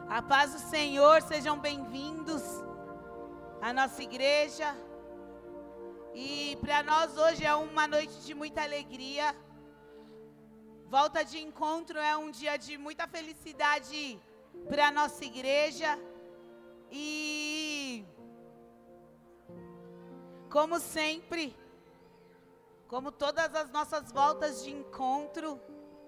A paz do Senhor, sejam bem-vindos à nossa igreja. E para nós hoje é uma noite de muita alegria. Volta de encontro é um dia de muita felicidade para a nossa igreja. E como sempre, como todas as nossas voltas de encontro,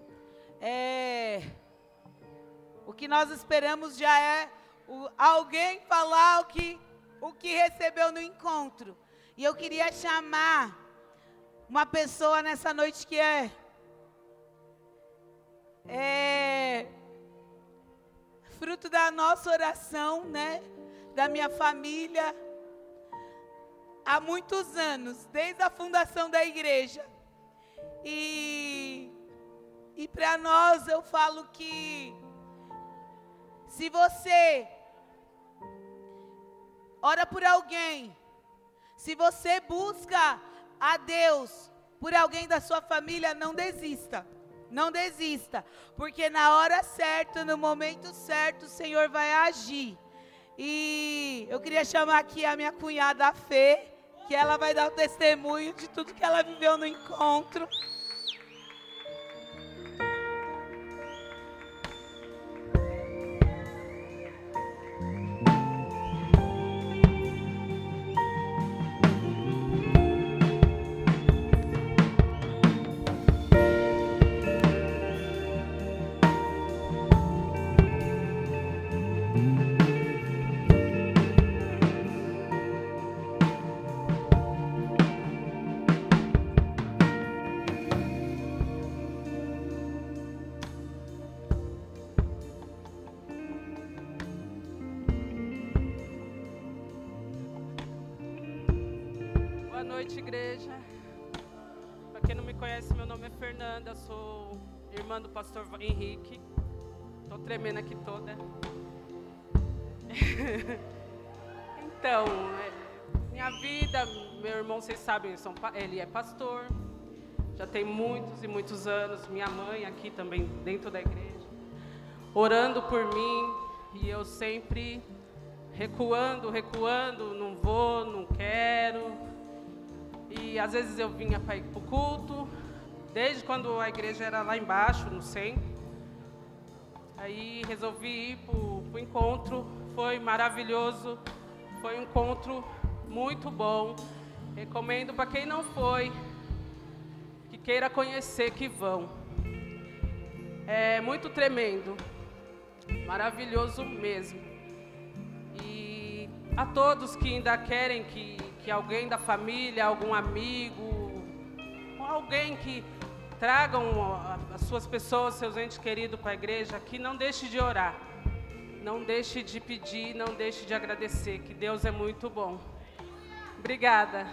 o que nós esperamos já é alguém falar o que recebeu no encontro. E eu queria chamar uma pessoa nessa noite que é fruto da nossa oração, né? Da minha família, há muitos anos, desde a fundação da igreja. E para nós eu falo que se você ora por alguém, se você busca a Deus por alguém da sua família, não desista. Não desista, porque na hora certa, no momento certo, o Senhor vai agir. E eu queria chamar aqui a minha cunhada, a Fê, que ela vai dar o testemunho de tudo que ela viveu no encontro. Boa noite, igreja. Para quem não me conhece, meu nome é Fernanda, sou irmã do pastor Henrique. Estou tremendo aqui toda. Então, minha vida, meu irmão, vocês sabem, ele é pastor. Já tem muitos e muitos anos. Minha mãe aqui também, dentro da igreja, orando por mim. E eu sempre recuando, não vou, não quero. E às vezes eu vinha para ir para o culto, desde quando a igreja era lá embaixo, no centro. Aí resolvi ir para o encontro, foi maravilhoso, foi um encontro muito bom. Recomendo para quem não foi, que queira conhecer, que vão. É muito tremendo, maravilhoso mesmo. E a todos que ainda querem que alguém da família, algum amigo, alguém que tragam as suas pessoas, seus entes queridos para a igreja, que não deixe de orar, não deixe de pedir, não deixe de agradecer, que Deus é muito bom. Obrigada.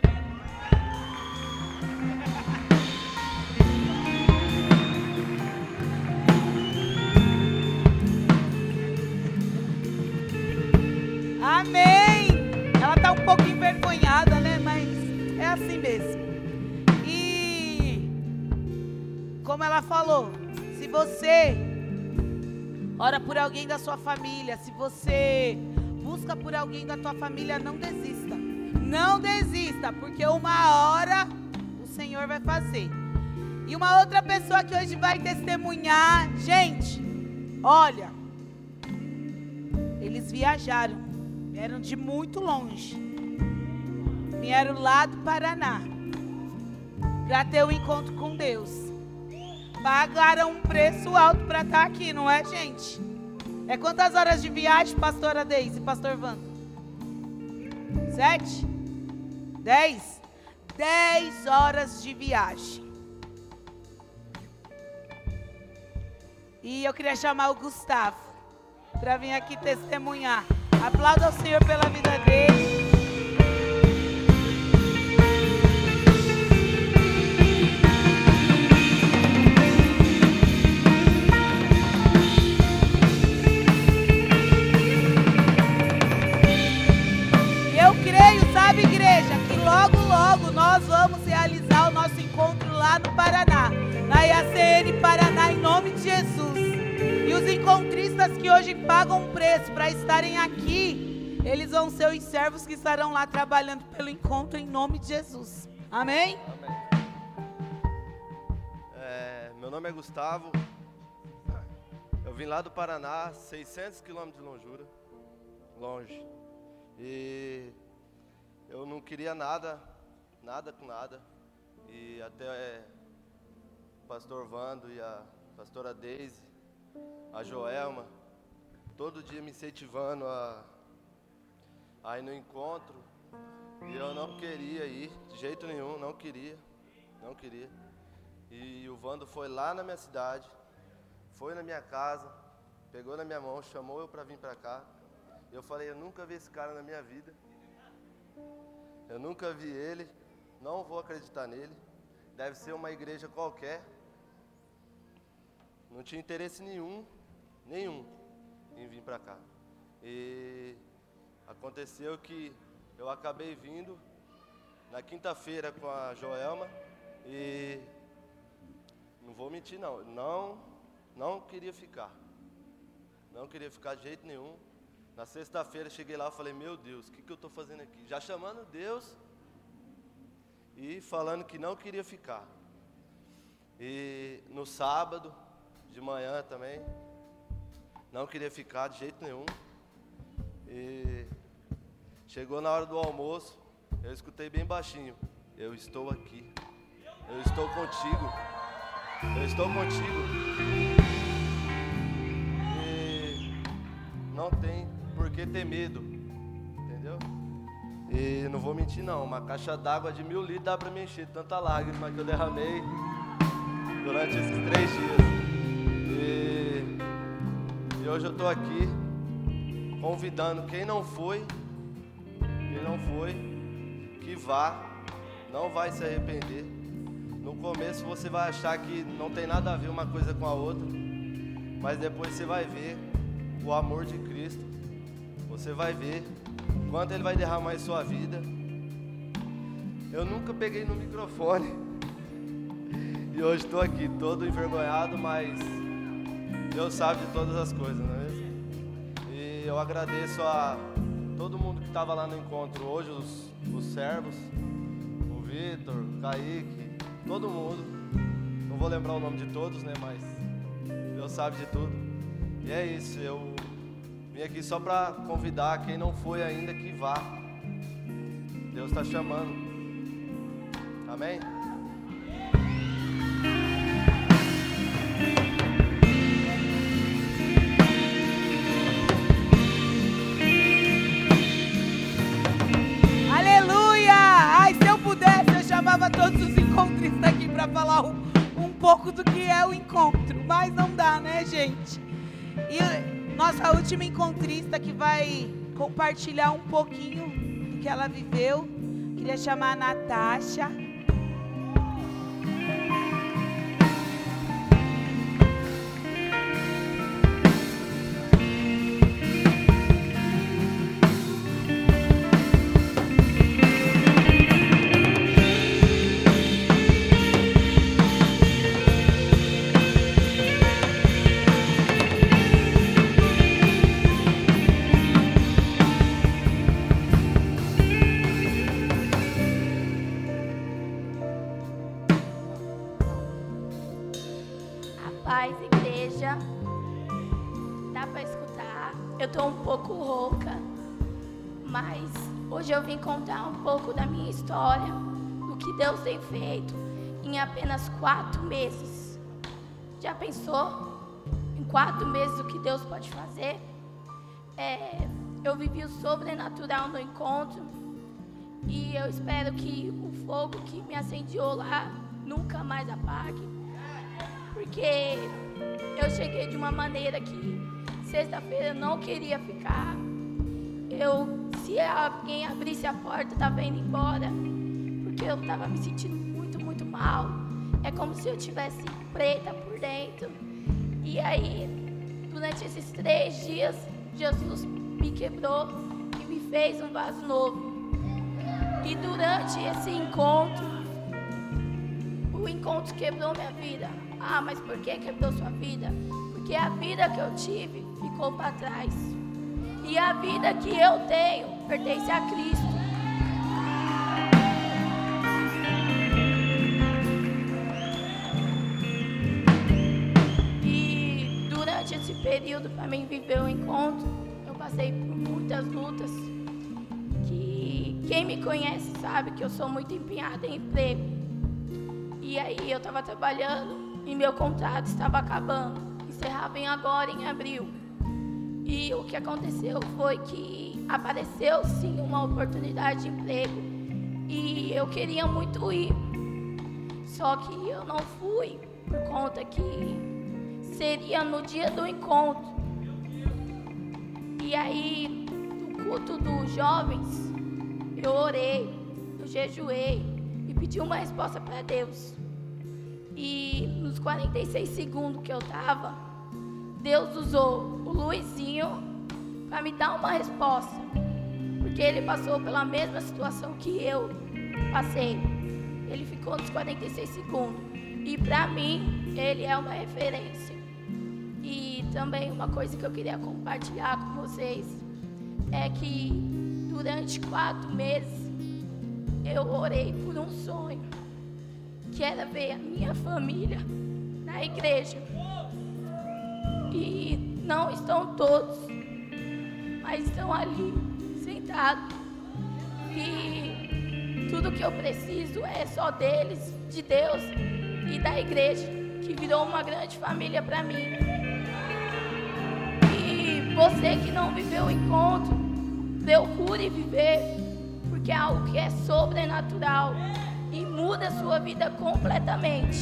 Amém! Ela está um pouco envergonhada, né? Mas é assim mesmo. E como ela falou, se você ora por alguém da sua família, se você busca por alguém da tua família, não desista. Não desista, porque uma hora o Senhor vai fazer. E uma outra pessoa que hoje vai testemunhar, gente, olha, eles viajaram. Vieram de muito longe. Vieram lá do Paraná para ter um encontro com Deus. Pagaram um preço alto para estar aqui, não é, gente? É quantas horas de viagem, pastora Deise e pastor Wanda? 7? 10? 10 horas de viagem. E eu queria chamar o Gustavo para vir aqui testemunhar. Aplauda ao Senhor pela vida dele. E eu creio, sabe, igreja, que logo, logo nós vamos realizar o nosso encontro lá no Paraná, na IACN Paraná, em nome de Jesus. E os encontros encontristas que hoje pagam um preço para estarem aqui, eles vão ser os servos que estarão lá trabalhando pelo encontro em nome de Jesus. Amém? Amém. Meu nome é Gustavo. Eu vim lá do Paraná, 600 quilômetros de longura, longe. E eu não queria nada com nada. E até o pastor Vando e a pastora Deise, a Joelma, todo dia me incentivando a ir no encontro. E eu não queria ir, de jeito nenhum, não queria. E o Vando foi lá na minha cidade, foi na minha casa, pegou na minha mão, chamou eu para vir para cá. Eu falei, eu nunca vi esse cara na minha vida. Eu nunca vi ele, não vou acreditar nele. Deve ser uma igreja qualquer. Não tinha interesse nenhum em vir para cá. E aconteceu que eu acabei vindo na quinta-feira com a Joelma e não vou mentir não queria ficar. Não queria ficar de jeito nenhum. Na sexta-feira cheguei lá e falei, meu Deus, o que eu estou fazendo aqui? Já chamando Deus e falando que não queria ficar. E no sábado, de manhã também, não queria ficar de jeito nenhum. E chegou na hora do almoço, eu escutei bem baixinho, eu estou aqui, eu estou contigo, eu estou contigo. E não tem por que ter medo, entendeu? E não vou mentir não, uma caixa d'água de 1000 litros dá pra me encher, tanta lágrima que eu derramei durante esses 3 dias. E hoje eu estou aqui convidando quem não foi, que vá, não vai se arrepender. No começo você vai achar que não tem nada a ver uma coisa com a outra, mas depois você vai ver o amor de Cristo, você vai ver quanto Ele vai derramar em sua vida. Eu nunca peguei no microfone e hoje estou aqui todo envergonhado, mas Deus sabe de todas as coisas, não é mesmo? E eu agradeço a todo mundo que estava lá no encontro hoje, os servos, o Vitor, o Kaique, todo mundo. Não vou lembrar o nome de todos, né? Mas Deus sabe de tudo. E é isso, eu vim aqui só para convidar quem não foi ainda que vá. Deus está chamando. Amém? Chamava todos os encontristas aqui para falar um pouco do que é o encontro, mas não dá, né, gente? E nossa última encontrista que vai compartilhar um pouquinho do que ela viveu, queria chamar a Natasha. Hoje eu vim contar um pouco da minha história, do que Deus tem feito em apenas 4 meses. Já pensou em 4 meses o que Deus pode fazer? Eu vivi o sobrenatural no encontro e eu espero que o fogo que me acendiou lá nunca mais apague, porque eu cheguei de uma maneira que sexta-feira eu não queria ficar. Se alguém abrisse a porta, eu estava indo embora, porque eu estava me sentindo muito, muito mal. É como se eu estivesse preta por dentro. E aí, durante esses 3 dias, Jesus me quebrou e me fez um vaso novo. E durante esse encontro, o encontro quebrou minha vida. Ah, mas por que quebrou sua vida? Porque porque a vida que eu tive ficou para trás. E a vida que eu tenho pertence a Cristo. E durante esse período, para mim viver o encontro, eu passei por muitas lutas. Que quem me conhece sabe que eu sou muito empenhada em emprego. E aí eu estava trabalhando e meu contrato estava acabando. Encerrava agora em abril. E o que aconteceu foi que apareceu sim uma oportunidade de emprego. E eu queria muito ir. Só que eu não fui por conta que seria no dia do encontro. E aí, no culto dos jovens, eu orei, eu jejuei e pedi uma resposta para Deus. E nos 46 segundos que eu estava, Deus usou o Luizinho para me dar uma resposta. Porque ele passou pela mesma situação que eu passei. Ele ficou nos 46 segundos. E para mim, ele é uma referência. E também uma coisa que eu queria compartilhar com vocês é que durante 4 meses eu orei por um sonho, que era ver a minha família na igreja. E não estão todos, mas estão ali, sentados. E tudo que eu preciso é só deles, de Deus e da igreja, que virou uma grande família para mim. E você que não viveu o encontro, procure viver, porque é algo que é sobrenatural e muda a sua vida completamente.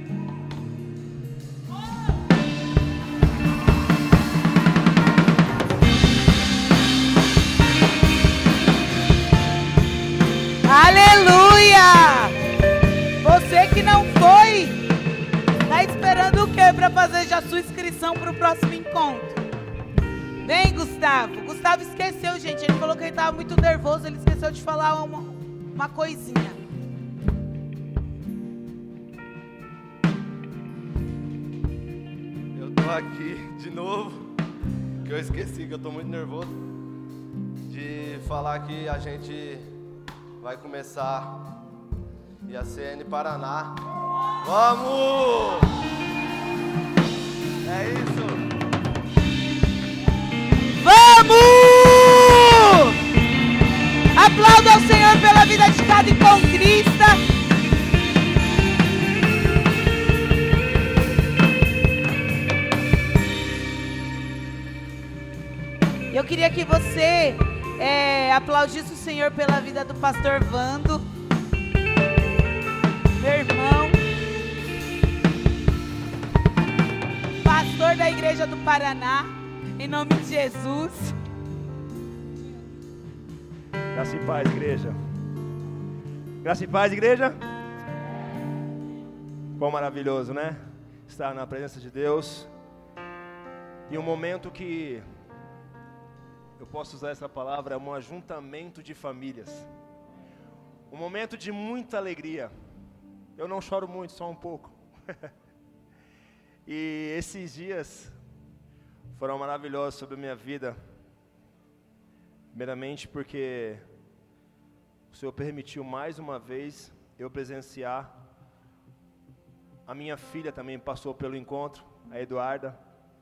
Aleluia! Você que não foi, tá esperando o quê para fazer já sua inscrição para o próximo encontro? Vem, Gustavo. Gustavo esqueceu, gente. Ele falou que ele estava muito nervoso. Ele esqueceu de falar uma coisinha. Eu tô aqui de novo, que eu esqueci que eu tô muito nervoso, de falar que a gente vai começar IACN Paraná. Vamos! É isso! Vamos! Aplauda ao Senhor pela vida de cada encontrista. Eu queria que você aplaudisse o Senhor pela vida do pastor Vando, meu irmão, pastor da Igreja do Paraná, em nome de Jesus. Graça e paz, igreja. Graça e paz, igreja. Quão maravilhoso, né? Estar na presença de Deus. E um momento que eu posso usar essa palavra, é um ajuntamento de famílias. Um momento de muita alegria. Eu não choro muito, só um pouco. E esses dias foram maravilhosos sobre a minha vida. Primeiramente porque o Senhor permitiu mais uma vez eu presenciar. A minha filha também passou pelo encontro, a Eduarda.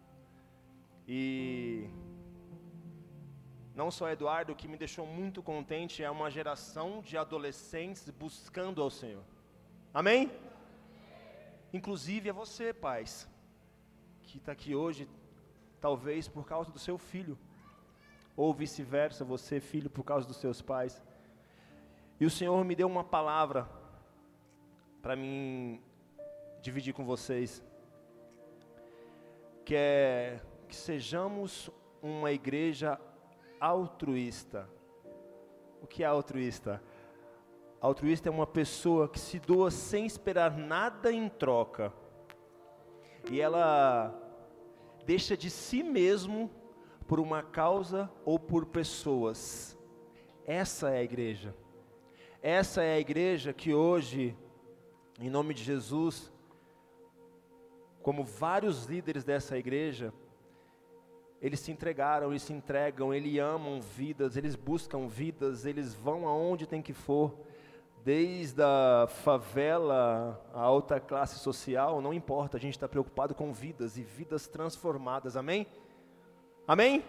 E não só a Eduarda, o que me deixou muito contente é uma geração de adolescentes buscando ao Senhor. Amém? Inclusive é você, pais, que está aqui hoje, talvez por causa do seu filho. Ou vice-versa, você, filho, por causa dos seus pais. E o Senhor me deu uma palavra para mim dividir com vocês, que é que sejamos uma igreja altruísta. O que é altruísta? Altruísta é uma pessoa que se doa sem esperar nada em troca. E ela deixa de si mesmo por uma causa ou por pessoas. Essa é a igreja. Essa é a igreja que hoje, em nome de Jesus, como vários líderes dessa igreja, eles se entregaram, eles se entregam, eles amam vidas, eles buscam vidas, eles vão aonde tem que for, desde a favela, a alta classe social, não importa, a gente está preocupado com vidas e vidas transformadas, amém? Amém?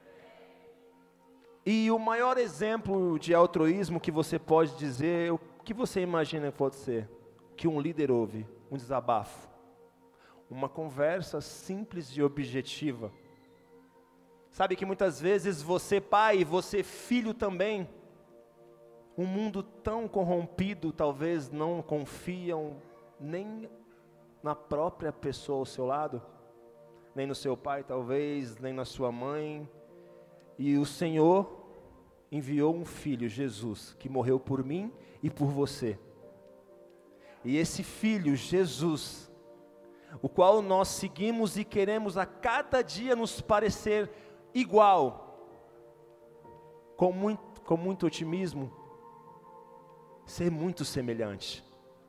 E o maior exemplo de altruísmo que você pode dizer, o que você imagina que pode ser? Que um líder ouve, um desabafo, uma conversa simples e objetiva. Sabe que muitas vezes você pai e você filho também, um mundo tão corrompido, talvez não confiam nem na própria pessoa ao seu lado, nem no seu pai talvez, nem na sua mãe, e o Senhor enviou um filho, Jesus, que morreu por mim e por você. E esse filho, Jesus, o qual nós seguimos e queremos a cada dia nos parecer igual, com muito otimismo, ser muito semelhante.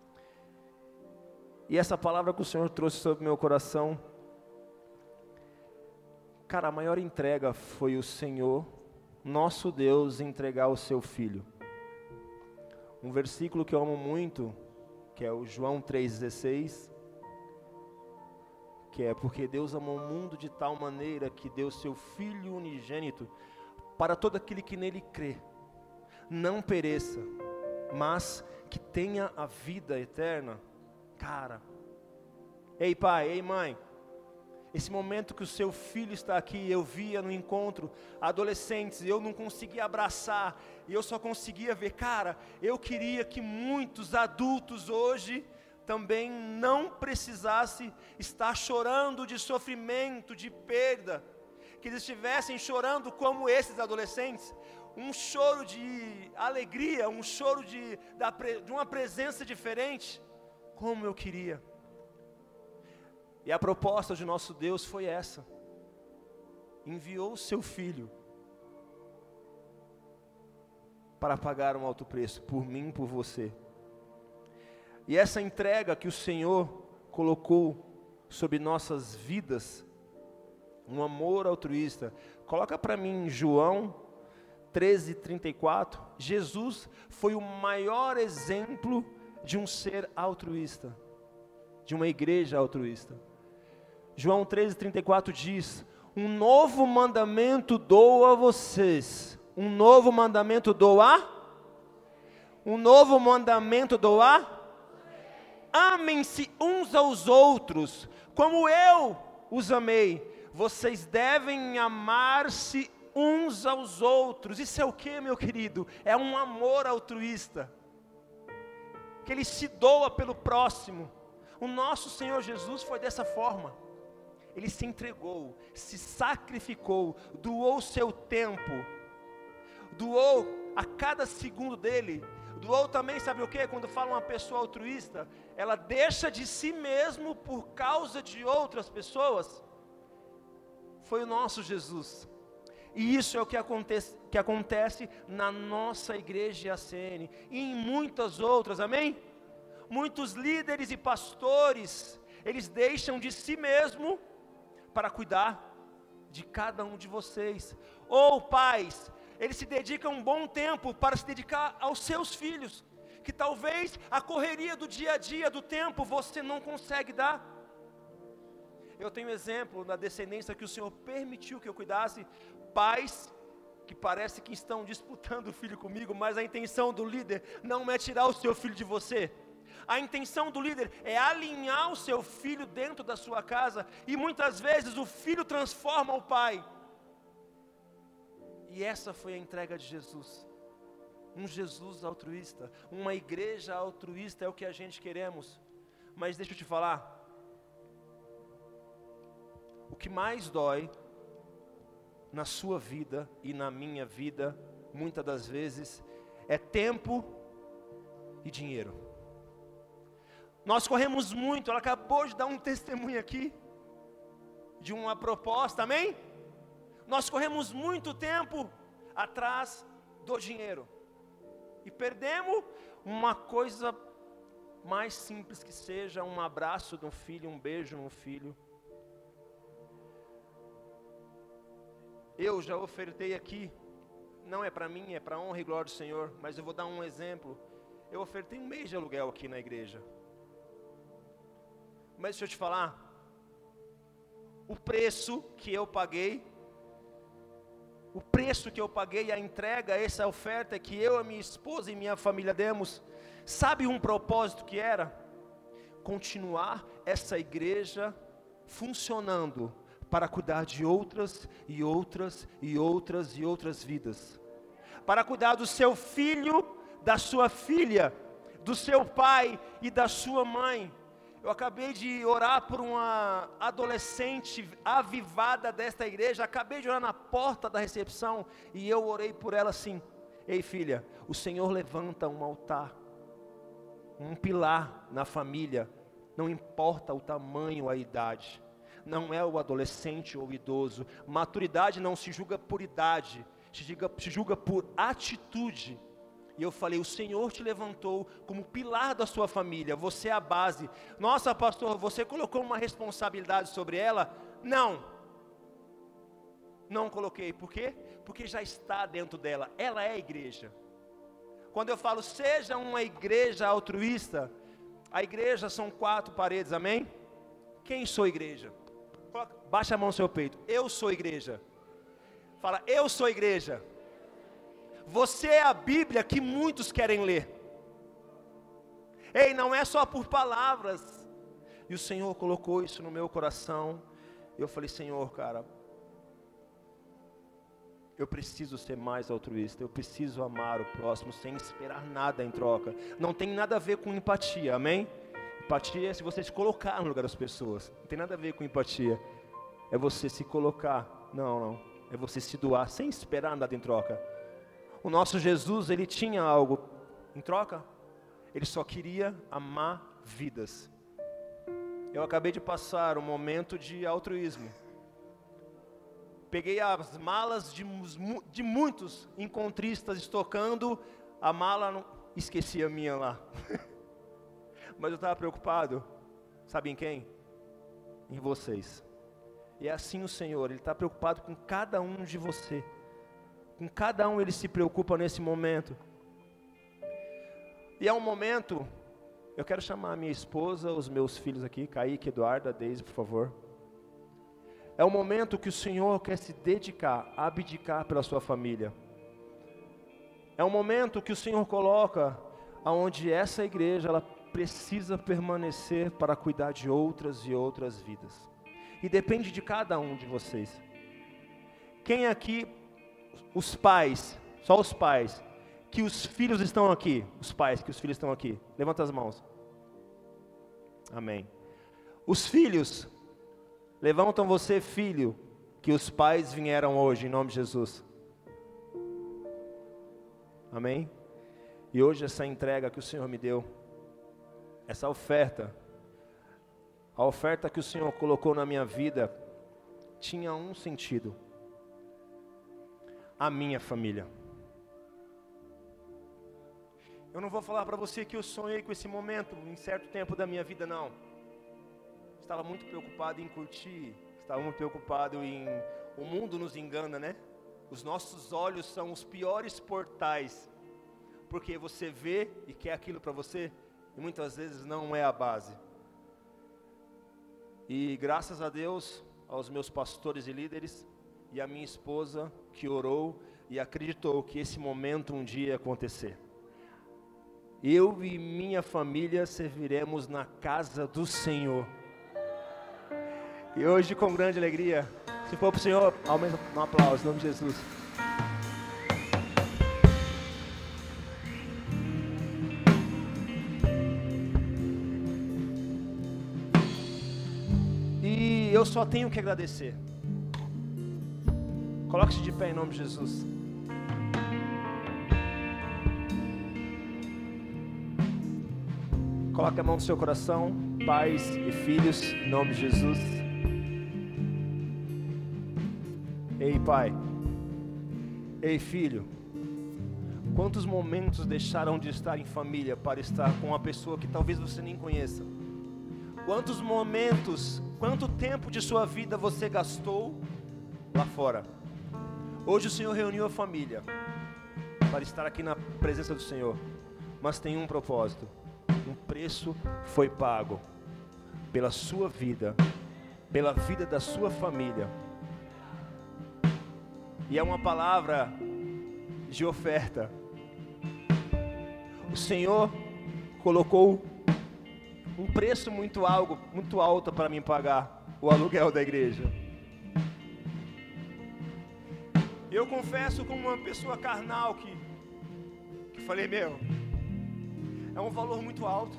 E essa palavra que o Senhor trouxe sobre meu coração, cara, a maior entrega foi o Senhor, nosso Deus, entregar o seu Filho. Um versículo que eu amo muito, que é o João 3,16, que é: porque Deus amou o mundo de tal maneira que deu seu Filho unigênito, para todo aquele que nele crê, não pereça, mas que tenha a vida eterna. Cara, ei pai, ei mãe, esse momento que o seu filho está aqui, eu via no encontro adolescentes, eu não conseguia abraçar, e eu só conseguia ver, cara, eu queria que muitos adultos hoje também não precisassem estar chorando de sofrimento, de perda, que eles estivessem chorando como esses adolescentes, um choro de alegria, um choro de uma presença diferente, como eu queria. E a proposta de nosso Deus foi essa: enviou o seu Filho para pagar um alto preço, por mim e por você. E essa entrega que o Senhor colocou sobre nossas vidas, um amor altruísta, coloca para mim João 13:34, Jesus foi o maior exemplo de um ser altruísta, de uma igreja altruísta. João 13:34 diz: um novo mandamento dou a vocês, um novo mandamento dou a? Um novo mandamento dou a? Amem-se uns aos outros, como eu os amei, vocês devem amar-se uns aos outros. Isso é o que, meu querido? É um amor altruísta, que ele se doa pelo próximo. O nosso Senhor Jesus foi dessa forma. Ele se entregou, se sacrificou, doou seu tempo, doou a cada segundo dele, doou também, sabe o que? Quando fala uma pessoa altruísta, ela deixa de si mesmo por causa de outras pessoas. Foi o nosso Jesus. E isso é o que acontece na nossa igreja ACN e em muitas outras, amém? Muitos líderes e pastores, eles deixam de si mesmo para cuidar de cada um de vocês. Ou pais, eles se dedicam um bom tempo para se dedicar aos seus filhos, que talvez a correria do dia a dia, do tempo, você não consegue dar. Eu tenho exemplo na descendência que o Senhor permitiu que eu cuidasse, pais que parece que estão disputando o filho comigo, mas a intenção do líder não é tirar o seu filho de você. A intenção do líder é alinhar o seu filho dentro da sua casa, e muitas vezes o filho transforma o pai. E essa foi a entrega de Jesus. Um Jesus altruísta, uma igreja altruísta é o que a gente queremos. Mas deixa eu te falar, o que mais dói na sua vida e na minha vida, muitas das vezes, é tempo e dinheiro. Nós corremos muito, ela acabou de dar um testemunho aqui, de uma proposta, amém? Nós corremos muito tempo atrás do dinheiro, e perdemos uma coisa mais simples que seja, um abraço de um filho, um beijo no filho. Eu já ofertei aqui, não é para mim, é para a honra e glória do Senhor, mas eu vou dar um exemplo. Eu ofertei 1 mês de aluguel aqui na igreja. Mas deixa eu te falar, o preço que eu paguei, a entrega, essa oferta que eu, a minha esposa e minha família demos, sabe um propósito que era? Continuar essa igreja funcionando para cuidar de outras e outras e outras e outras vidas. Para cuidar do seu filho, da sua filha, do seu pai e da sua mãe. Eu acabei de orar por uma adolescente avivada desta igreja, acabei de orar na porta da recepção, e eu orei por ela assim: ei filha, o Senhor levanta um altar, um pilar na família, não importa o tamanho, a idade, não é o adolescente ou o idoso, maturidade não se julga por idade, se julga por atitude. E eu falei: o Senhor te levantou como pilar da sua família, você é a base. Nossa, pastor, você colocou uma responsabilidade sobre ela? Não coloquei. Por quê? Porque já está dentro dela, ela é a igreja. Quando eu falo seja uma igreja altruísta, a igreja são 4 paredes, amém? Quem sou igreja? Baixa a mão no seu peito. Eu sou igreja. Fala: eu sou igreja. Você é a Bíblia que muitos querem ler. Ei, não é só por palavras. E o Senhor colocou isso no meu coração. Eu falei: Senhor, cara, eu preciso ser mais altruísta. Eu preciso amar o próximo sem esperar nada em troca. Não tem nada a ver com empatia, amém? Empatia é se você se colocar no lugar das pessoas. Não tem nada a ver com empatia. É você se colocar. Não. É você se doar sem esperar nada em troca. O nosso Jesus, ele tinha algo em troca. Ele só queria amar vidas. Eu acabei de passar um momento de altruísmo. Peguei as malas de muitos encontristas estocando. A mala, esqueci a minha lá. Mas eu estava preocupado. Sabe em quem? Em vocês. E é assim o Senhor, Ele está preocupado com cada um de você. Com cada um Ele se preocupa nesse momento. E é um momento, eu quero chamar a minha esposa, os meus filhos aqui, Kaique, Eduardo, Deise, por favor. É um momento que o Senhor quer se dedicar, abdicar pela sua família. É um momento que o Senhor coloca, onde essa igreja, ela precisa permanecer para cuidar de outras e outras vidas. E depende de cada um de vocês. Quem aqui, os pais, só os pais, que os filhos estão aqui, os pais que os filhos estão aqui, levanta as mãos. Amém. Os filhos, levantam você, filho, que os pais vieram hoje, em nome de Jesus. Amém? E hoje essa entrega que o Senhor me deu, essa oferta, a oferta que o Senhor colocou na minha vida, tinha um sentido: a minha família. Eu não vou falar para você que eu sonhei com esse momento em certo tempo da minha vida, não. Estava muito preocupado em curtir, estava muito preocupado em... O mundo nos engana, né? Os nossos olhos são os piores portais, porque você vê e quer aquilo para você, e muitas vezes não é a base. E graças a Deus, aos meus pastores e líderes, e a minha esposa, que orou e acreditou que esse momento um dia ia acontecer. Eu e minha família serviremos na casa do Senhor. E hoje, com grande alegria, se for para o Senhor, aumenta um aplauso, em nome de Jesus. E eu só tenho que agradecer. Coloque-se de pé em nome de Jesus. Coloque a mão no seu coração, pais e filhos, em nome de Jesus. Ei, pai. Ei, filho. Quantos momentos deixaram de estar em família para estar com uma pessoa que talvez você nem conheça? Quantos momentos, quanto tempo de sua vida você gastou lá fora? Hoje o Senhor reuniu a família para estar aqui na presença do Senhor, mas tem um propósito. Um preço foi pago pela sua vida, pela vida da sua família. E é uma palavra de oferta. O Senhor colocou um preço muito alto para mim pagar o aluguel da igreja. Eu confesso como uma pessoa carnal que falei, é um valor muito alto.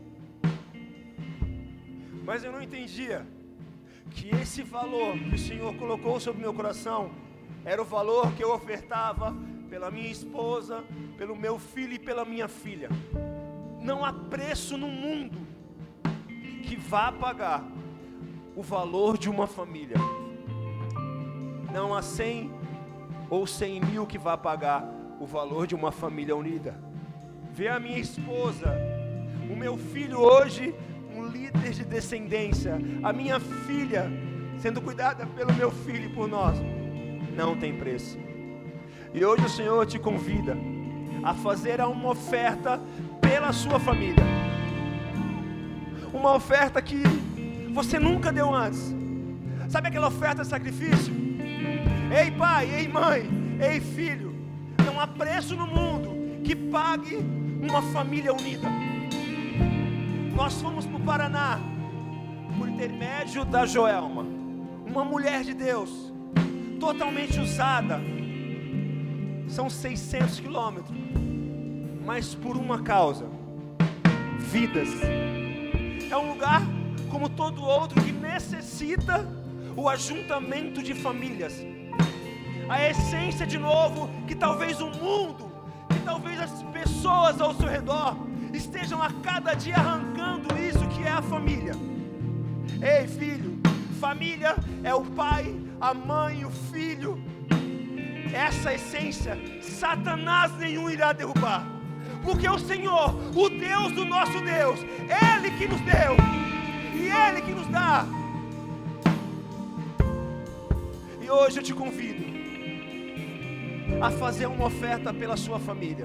Mas eu não entendia que esse valor que o Senhor colocou sobre meu coração era o valor que eu ofertava pela minha esposa, pelo meu filho e pela minha filha. Não há preço no mundo que vá pagar o valor de uma família. Não há 100 ou 100 mil que vá pagar o valor de uma família unida. Ver a minha esposa, o meu filho hoje, um líder de descendência, a minha filha sendo cuidada pelo meu filho e por nós, não tem preço. E hoje o Senhor te convida a fazer uma oferta pela sua família. Uma oferta que você nunca deu antes. Sabe aquela oferta de sacrifício? Ei pai, ei mãe, ei filho, não há preço no mundo que pague uma família unida. Nós fomos para o Paraná por intermédio da Joelma, uma mulher de Deus, totalmente usada. São 600 quilômetros, mas por uma causa: vidas. É um lugar como todo outro que necessita o ajuntamento de famílias. A essência, de novo, que talvez o mundo, que talvez as pessoas ao seu redor estejam a cada dia arrancando isso que é a família. Ei filho, família é o pai, a mãe, o filho. Essa essência, Satanás nenhum irá derrubar, porque o Senhor, o Deus do nosso Deus, Ele que nos deu, e Ele que nos dá. E hoje eu te convido a fazer uma oferta pela sua família.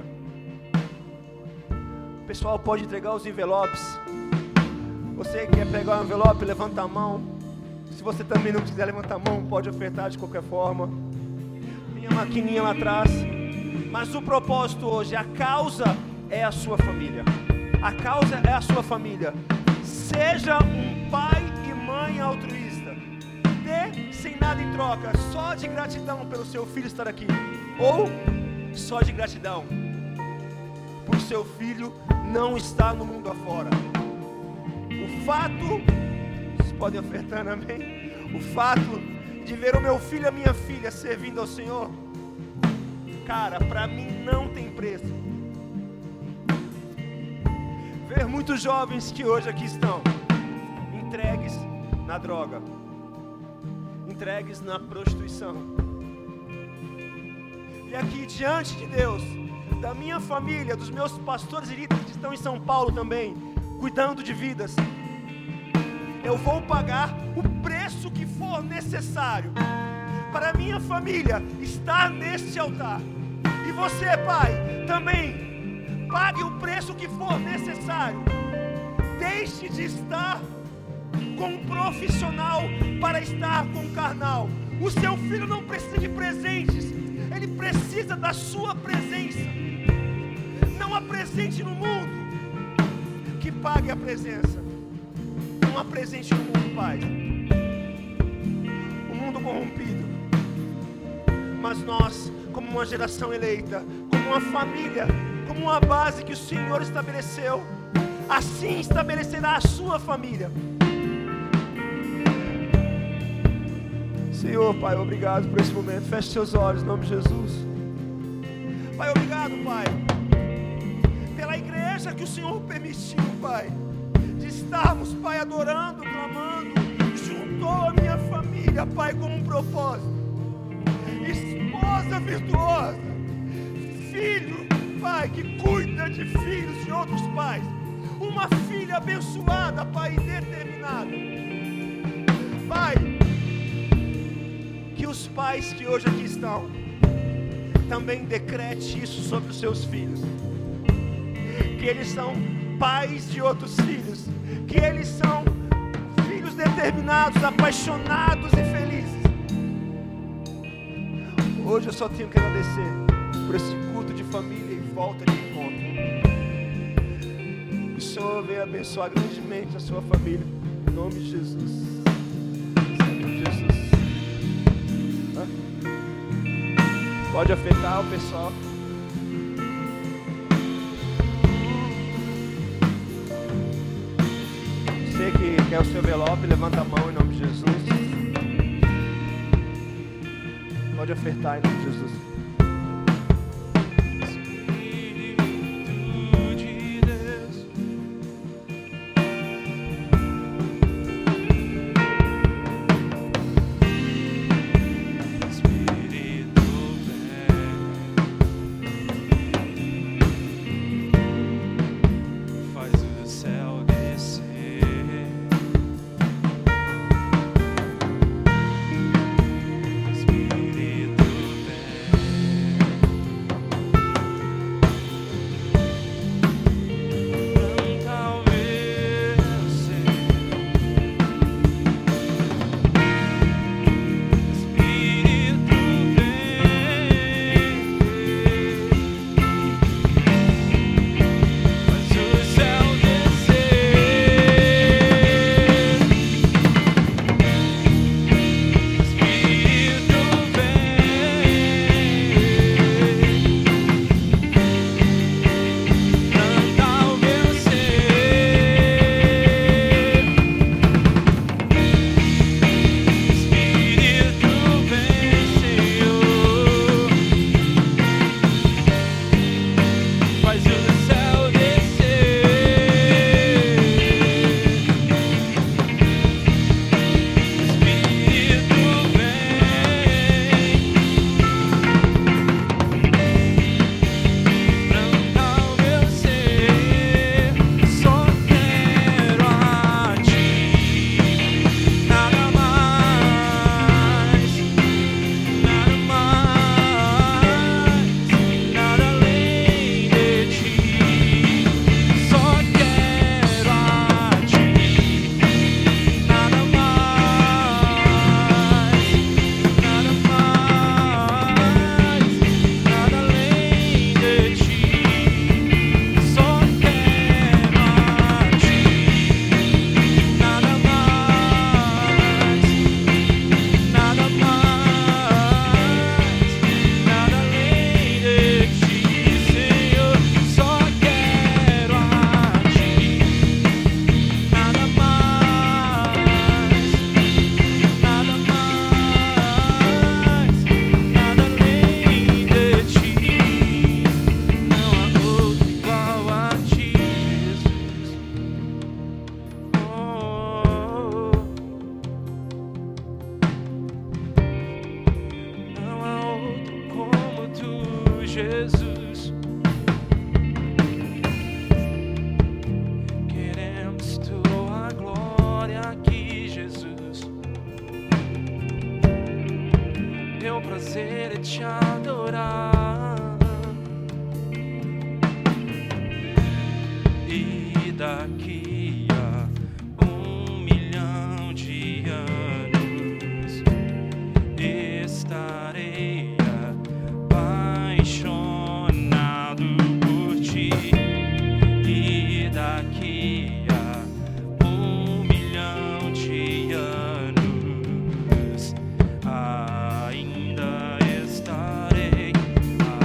O pessoal pode entregar os envelopes. Você quer pegar o envelope, levanta a mão. Se você também não quiser levantar a mão, pode ofertar de qualquer forma. Tem a maquininha lá atrás. Mas o propósito hoje, a causa é a sua família. A causa é a sua família. Seja um pai e mãe altruísta. Dê sem nada em troca, só de gratidão pelo seu filho estar aqui. Ou só de gratidão por seu filho não estar no mundo afora. O fato, vocês podem ofertar, amém? O fato de ver o meu filho e a minha filha servindo ao Senhor, cara, para mim não tem preço. Ver muitos jovens que hoje aqui estão entregues na droga, entregues na prostituição. E aqui diante de Deus, da minha família, dos meus pastores e líderes que estão em São Paulo também, cuidando de vidas, eu vou pagar o preço que for necessário para a minha família estar neste altar. E você, pai, também pague o preço que for necessário. Deixe de estar com um profissional para estar com um carnal. O seu filho não precisa de presentes, ele precisa da sua presença. Não há presente no mundo que pague a presença. Não há presente no mundo, pai. O mundo corrompido. Mas nós, como uma geração eleita, como uma família, como uma base que o Senhor estabeleceu, assim estabelecerá a sua família. Senhor, Pai, obrigado por esse momento. Feche seus olhos em nome de Jesus. Pai, obrigado, Pai, pela igreja que o Senhor permitiu, Pai, de estarmos, Pai, adorando, clamando. Juntou a minha família, Pai, com um propósito. Esposa virtuosa, filho pai que cuida de filhos de outros pais. Uma filha abençoada, Pai, determinada. Pai, que os pais que hoje aqui estão também decrete isso sobre os seus filhos. Que eles são pais de outros filhos. Que eles são filhos determinados, apaixonados e felizes. Hoje eu só tenho que agradecer por esse culto de família e volta de encontro. O Senhor venha abençoar grandemente a sua família. Em nome de Jesus. Em nome de Jesus. Pode afetar o pessoal. Você que quer o seu envelope, levanta a mão em nome de Jesus. Pode ofertar em nome de Jesus. Jesus. Queremos tua glória aqui, Jesus. Teu prazer é te adorar. E daqui a 1 milhão de anos estarei apaixonado por ti. E daqui a 1 milhão de anos ainda estarei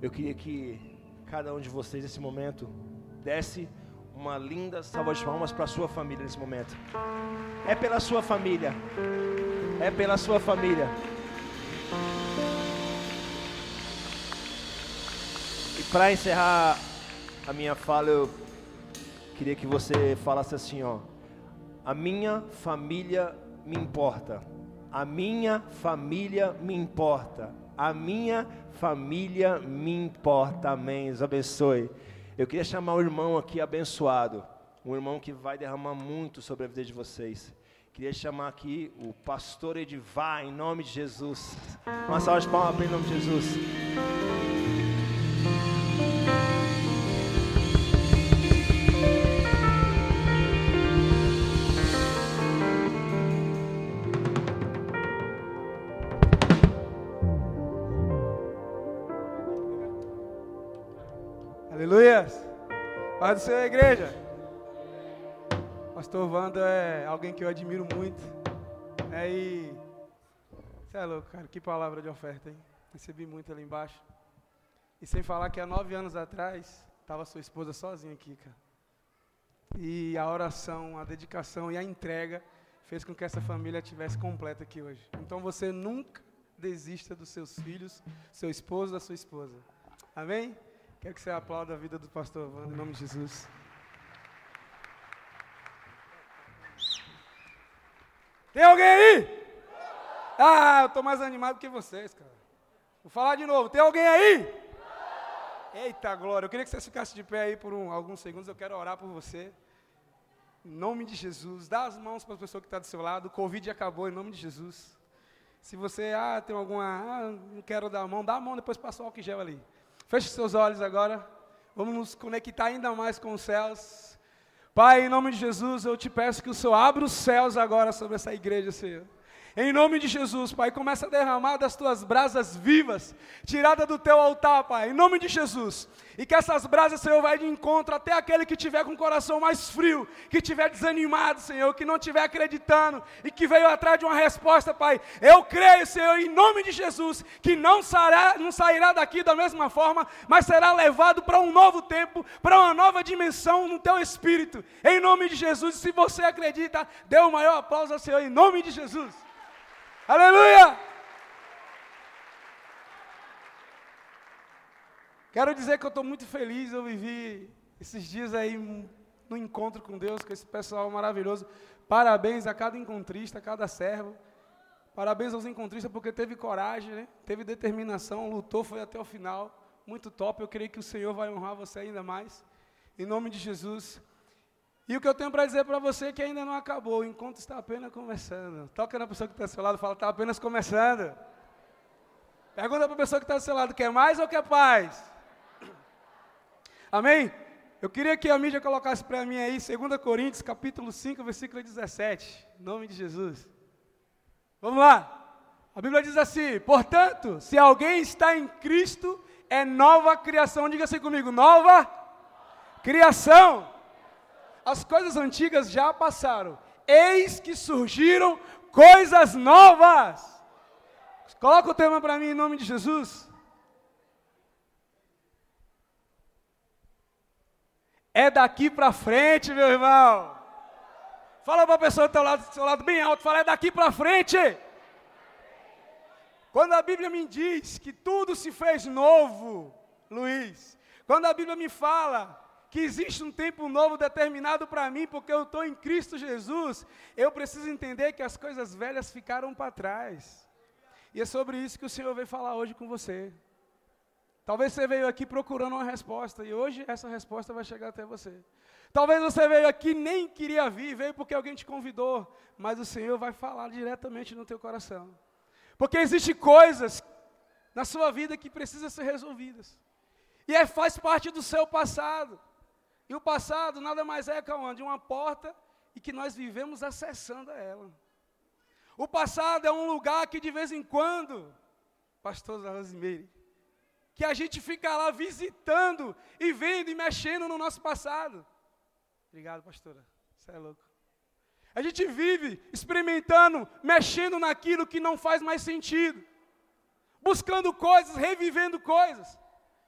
Eu queria que cada um de vocês nesse momento desse uma linda salva de palmas para a sua família nesse momento. É pela sua família. É pela sua família. E para encerrar a minha fala, eu queria que você falasse assim, ó: a minha família me importa. A minha família me importa. A minha família me importa. Amém. Deus abençoe. Eu queria chamar o irmão aqui abençoado, um irmão que vai derramar muito sobre a vida de vocês. Queria chamar aqui o pastor Edivar, em nome de Jesus. Uma salva de palmas em nome de Jesus. Aleluias! Paz do Senhor, igreja! Pastor Wanda é alguém que eu admiro muito. E você é louco, cara, que palavra de oferta, hein? Recebi muito ali embaixo. E sem falar que há 9 anos atrás, estava sua esposa sozinha aqui, cara. E a oração, a dedicação e a entrega fez com que essa família estivesse completa aqui hoje. Então você nunca desista dos seus filhos, seu esposo, da sua esposa. Amém? Quero que você aplaude a vida do pastor Wanda, em nome de Jesus. Tem alguém aí? Eu estou mais animado que vocês, cara. Vou falar de novo. Tem alguém aí? Eita glória. Eu queria que você ficasse de pé aí por alguns segundos. Eu quero orar por você. Em nome de Jesus. Dá as mãos para a pessoa que está do seu lado. O Covid acabou, em nome de Jesus. Se você, tem alguma, não quero dar a mão, dá a mão, depois passa o álcool gel ali. Feche seus olhos agora. Vamos nos conectar ainda mais com os céus. Pai, em nome de Jesus, eu te peço que o Senhor abra os céus agora sobre essa igreja, Senhor. Em nome de Jesus, Pai, começa a derramar das tuas brasas vivas, tirada do teu altar, Pai, em nome de Jesus. E que essas brasas, Senhor, vai de encontro até aquele que tiver com o coração mais frio, que tiver desanimado, Senhor, que não tiver acreditando e que veio atrás de uma resposta, Pai. Eu creio, Senhor, em nome de Jesus, que não sairá daqui da mesma forma, mas será levado para um novo tempo, para uma nova dimensão no teu espírito. Em nome de Jesus, e se você acredita, dê o maior aplauso ao Senhor, em nome de Jesus. Aleluia! Quero dizer que eu estou muito feliz, eu vivi esses dias aí no encontro com Deus, com esse pessoal maravilhoso. Parabéns a cada encontrista, a cada servo. Parabéns aos encontristas porque teve coragem, né? Teve determinação, lutou, foi até o final. Muito top, eu creio que o Senhor vai honrar você ainda mais. Em nome de Jesus. E o que eu tenho para dizer para você é que ainda não acabou, o encontro está apenas começando. Toca na pessoa que está do seu lado e fala, está apenas começando. Pergunta para a pessoa que está do seu lado, quer mais ou quer paz? Amém? Eu queria que a mídia colocasse para mim aí, 2 Coríntios, capítulo 5, versículo 17. Em nome de Jesus. Vamos lá. A Bíblia diz assim, portanto, se alguém está em Cristo, é nova criação. Diga assim comigo, nova criação. As coisas antigas já passaram, eis que surgiram coisas novas. Coloca o tema para mim em nome de Jesus. É daqui para frente, meu irmão. Fala para a pessoa do seu lado bem alto, fala, é daqui para frente. Quando a Bíblia me diz que tudo se fez novo, Luiz, quando a Bíblia me fala que existe um tempo novo determinado para mim, porque eu estou em Cristo Jesus, eu preciso entender que as coisas velhas ficaram para trás. E é sobre isso que o Senhor veio falar hoje com você. Talvez você veio aqui procurando uma resposta, e hoje essa resposta vai chegar até você. Talvez você veio aqui e nem queria vir, veio porque alguém te convidou, mas o Senhor vai falar diretamente no teu coração. Porque existem coisas na sua vida que precisam ser resolvidas. E faz parte do seu passado. E o passado nada mais é, Cauã, de uma porta e que nós vivemos acessando a ela. O passado é um lugar que de vez em quando, pastor Rosimeire, que a gente fica lá visitando e vendo e mexendo no nosso passado. Obrigado, pastora. Você é louco. A gente vive experimentando, mexendo naquilo que não faz mais sentido. Buscando coisas, revivendo coisas.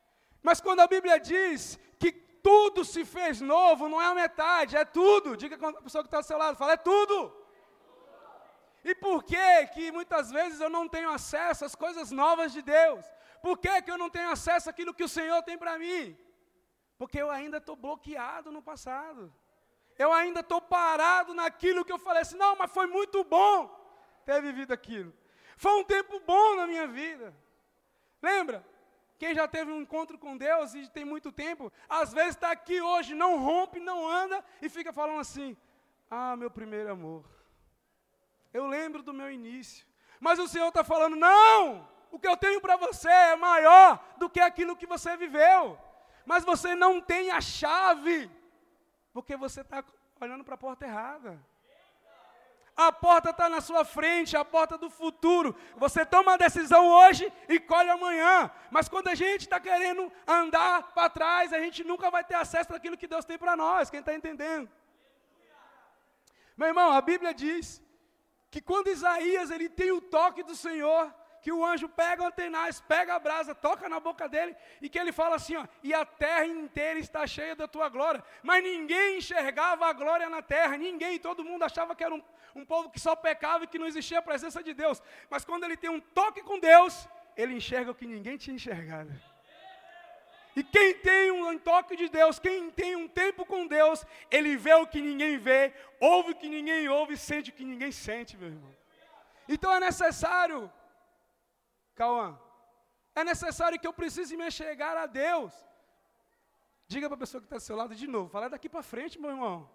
Mas quando a Bíblia diz que tudo se fez novo, não é a metade, é tudo. Diga com a pessoa que está ao seu lado, fala, é tudo. E por que muitas vezes eu não tenho acesso às coisas novas de Deus? Por que eu não tenho acesso àquilo que o Senhor tem para mim? Porque eu ainda estou bloqueado no passado. Eu ainda estou parado naquilo que eu falei assim, não, mas foi muito bom ter vivido aquilo. Foi um tempo bom na minha vida. Lembra? Quem já teve um encontro com Deus e tem muito tempo, às vezes está aqui hoje, não rompe, não anda e fica falando assim, meu primeiro amor. Eu lembro do meu início. Mas o Senhor está falando, não, o que eu tenho para você é maior do que aquilo que você viveu. Mas você não tem a chave, porque você está olhando para a porta errada. A porta está na sua frente, a porta do futuro. Você toma a decisão hoje e colhe amanhã. Mas quando a gente está querendo andar para trás, a gente nunca vai ter acesso àquilo que Deus tem para nós. Quem está entendendo? Meu irmão, a Bíblia diz que quando Isaías ele tem o toque do Senhor, que o anjo pega o tenaz, pega a brasa, toca na boca dele, e que ele fala assim, e a terra inteira está cheia da tua glória. Mas ninguém enxergava a glória na terra, ninguém, todo mundo achava que era um povo que só pecava e que não existia a presença de Deus. Mas quando ele tem um toque com Deus, ele enxerga o que ninguém tinha enxergado. E quem tem um toque de Deus, quem tem um tempo com Deus, ele vê o que ninguém vê, ouve o que ninguém ouve, sente o que ninguém sente, meu irmão. Então é necessário, Cauã, é necessário que eu precise me achegar a Deus. Diga para a pessoa que está do seu lado de novo, fala daqui para frente, meu irmão.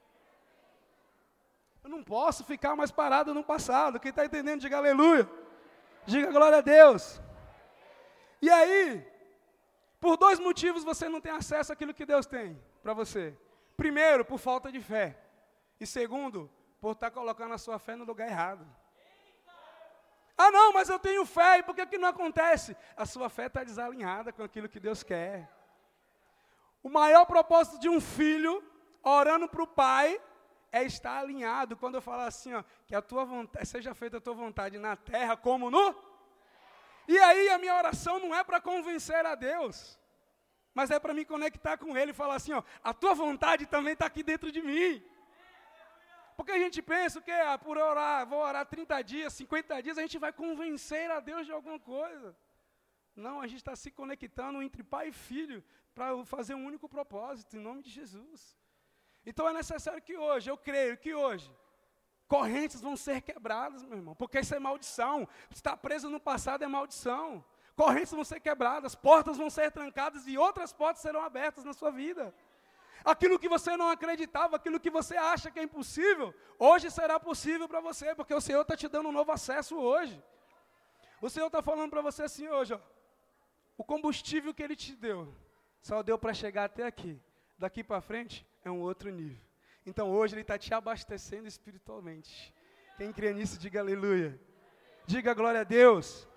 Eu não posso ficar mais parado no passado. Quem está entendendo, diga aleluia. Diga glória a Deus. E aí, por 2 motivos você não tem acesso àquilo que Deus tem para você. Primeiro, por falta de fé. E segundo, por estar colocando a sua fé no lugar errado. Não, mas eu tenho fé, e por que não acontece? A sua fé está desalinhada com aquilo que Deus quer. O maior propósito de um filho, orando para o pai, é estar alinhado. Quando eu falo assim, que a tua vontade, seja feita a tua vontade na terra como no... E aí a minha oração não é para convencer a Deus, mas é para me conectar com Ele e falar assim, a tua vontade também está aqui dentro de mim. Porque a gente pensa que por orar, vou orar 30 dias, 50 dias, a gente vai convencer a Deus de alguma coisa. Não, a gente está se conectando entre pai e filho para fazer um único propósito, em nome de Jesus. Então é necessário que hoje, eu creio que hoje, correntes vão ser quebradas, meu irmão, porque isso é maldição. Estar preso no passado é maldição. Correntes vão ser quebradas, portas vão ser trancadas e outras portas serão abertas na sua vida. Aquilo que você não acreditava, aquilo que você acha que é impossível, hoje será possível para você, porque o Senhor está te dando um novo acesso hoje. O Senhor está falando para você assim hoje, o combustível que Ele te deu, só deu para chegar até aqui. Daqui para frente é um outro nível. Então hoje Ele está te abastecendo espiritualmente. Quem crê nisso, diga aleluia. Diga glória a Deus.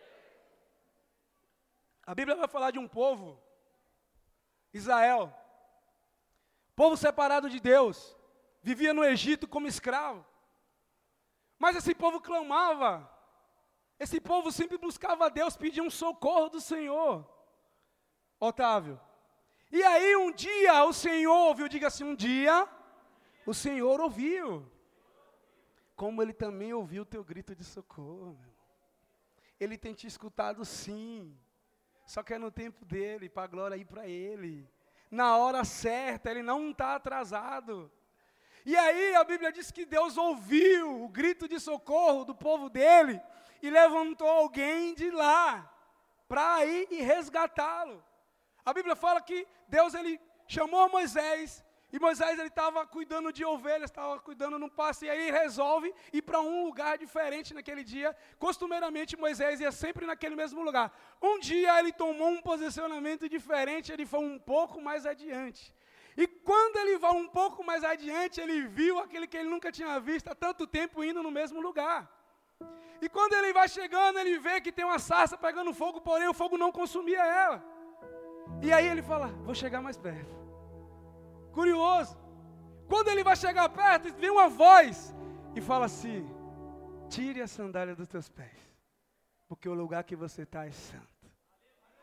A Bíblia vai falar de um povo, Israel, povo separado de Deus, vivia no Egito como escravo. Mas esse povo clamava, esse povo sempre buscava a Deus, pedia um socorro do Senhor. Otávio. E aí um dia o Senhor ouviu, diga assim, um dia o Senhor ouviu. Como Ele também ouviu o teu grito de socorro, meu irmão. Ele tem te escutado sim, só que é no tempo dEle, para a glória ir para Ele. Na hora certa, Ele não está atrasado. E aí a Bíblia diz que Deus ouviu o grito de socorro do povo dEle e levantou alguém de lá para ir e resgatá-lo. A Bíblia fala que Deus ele chamou Moisés, e Moisés ele estava cuidando de ovelhas, estava cuidando num pasto, e aí resolve ir para um lugar diferente naquele dia. Costumeiramente Moisés ia sempre naquele mesmo lugar. Um dia ele tomou um posicionamento diferente, ele foi um pouco mais adiante. E quando ele vai um pouco mais adiante, ele viu aquele que ele nunca tinha visto há tanto tempo indo no mesmo lugar. E quando ele vai chegando, ele vê que tem uma sarça pegando fogo, porém o fogo não consumia ela. E aí ele fala, vou chegar mais perto. Curioso. Quando ele vai chegar perto, vem uma voz e fala assim, tire a sandália dos teus pés, porque o lugar que você está é santo.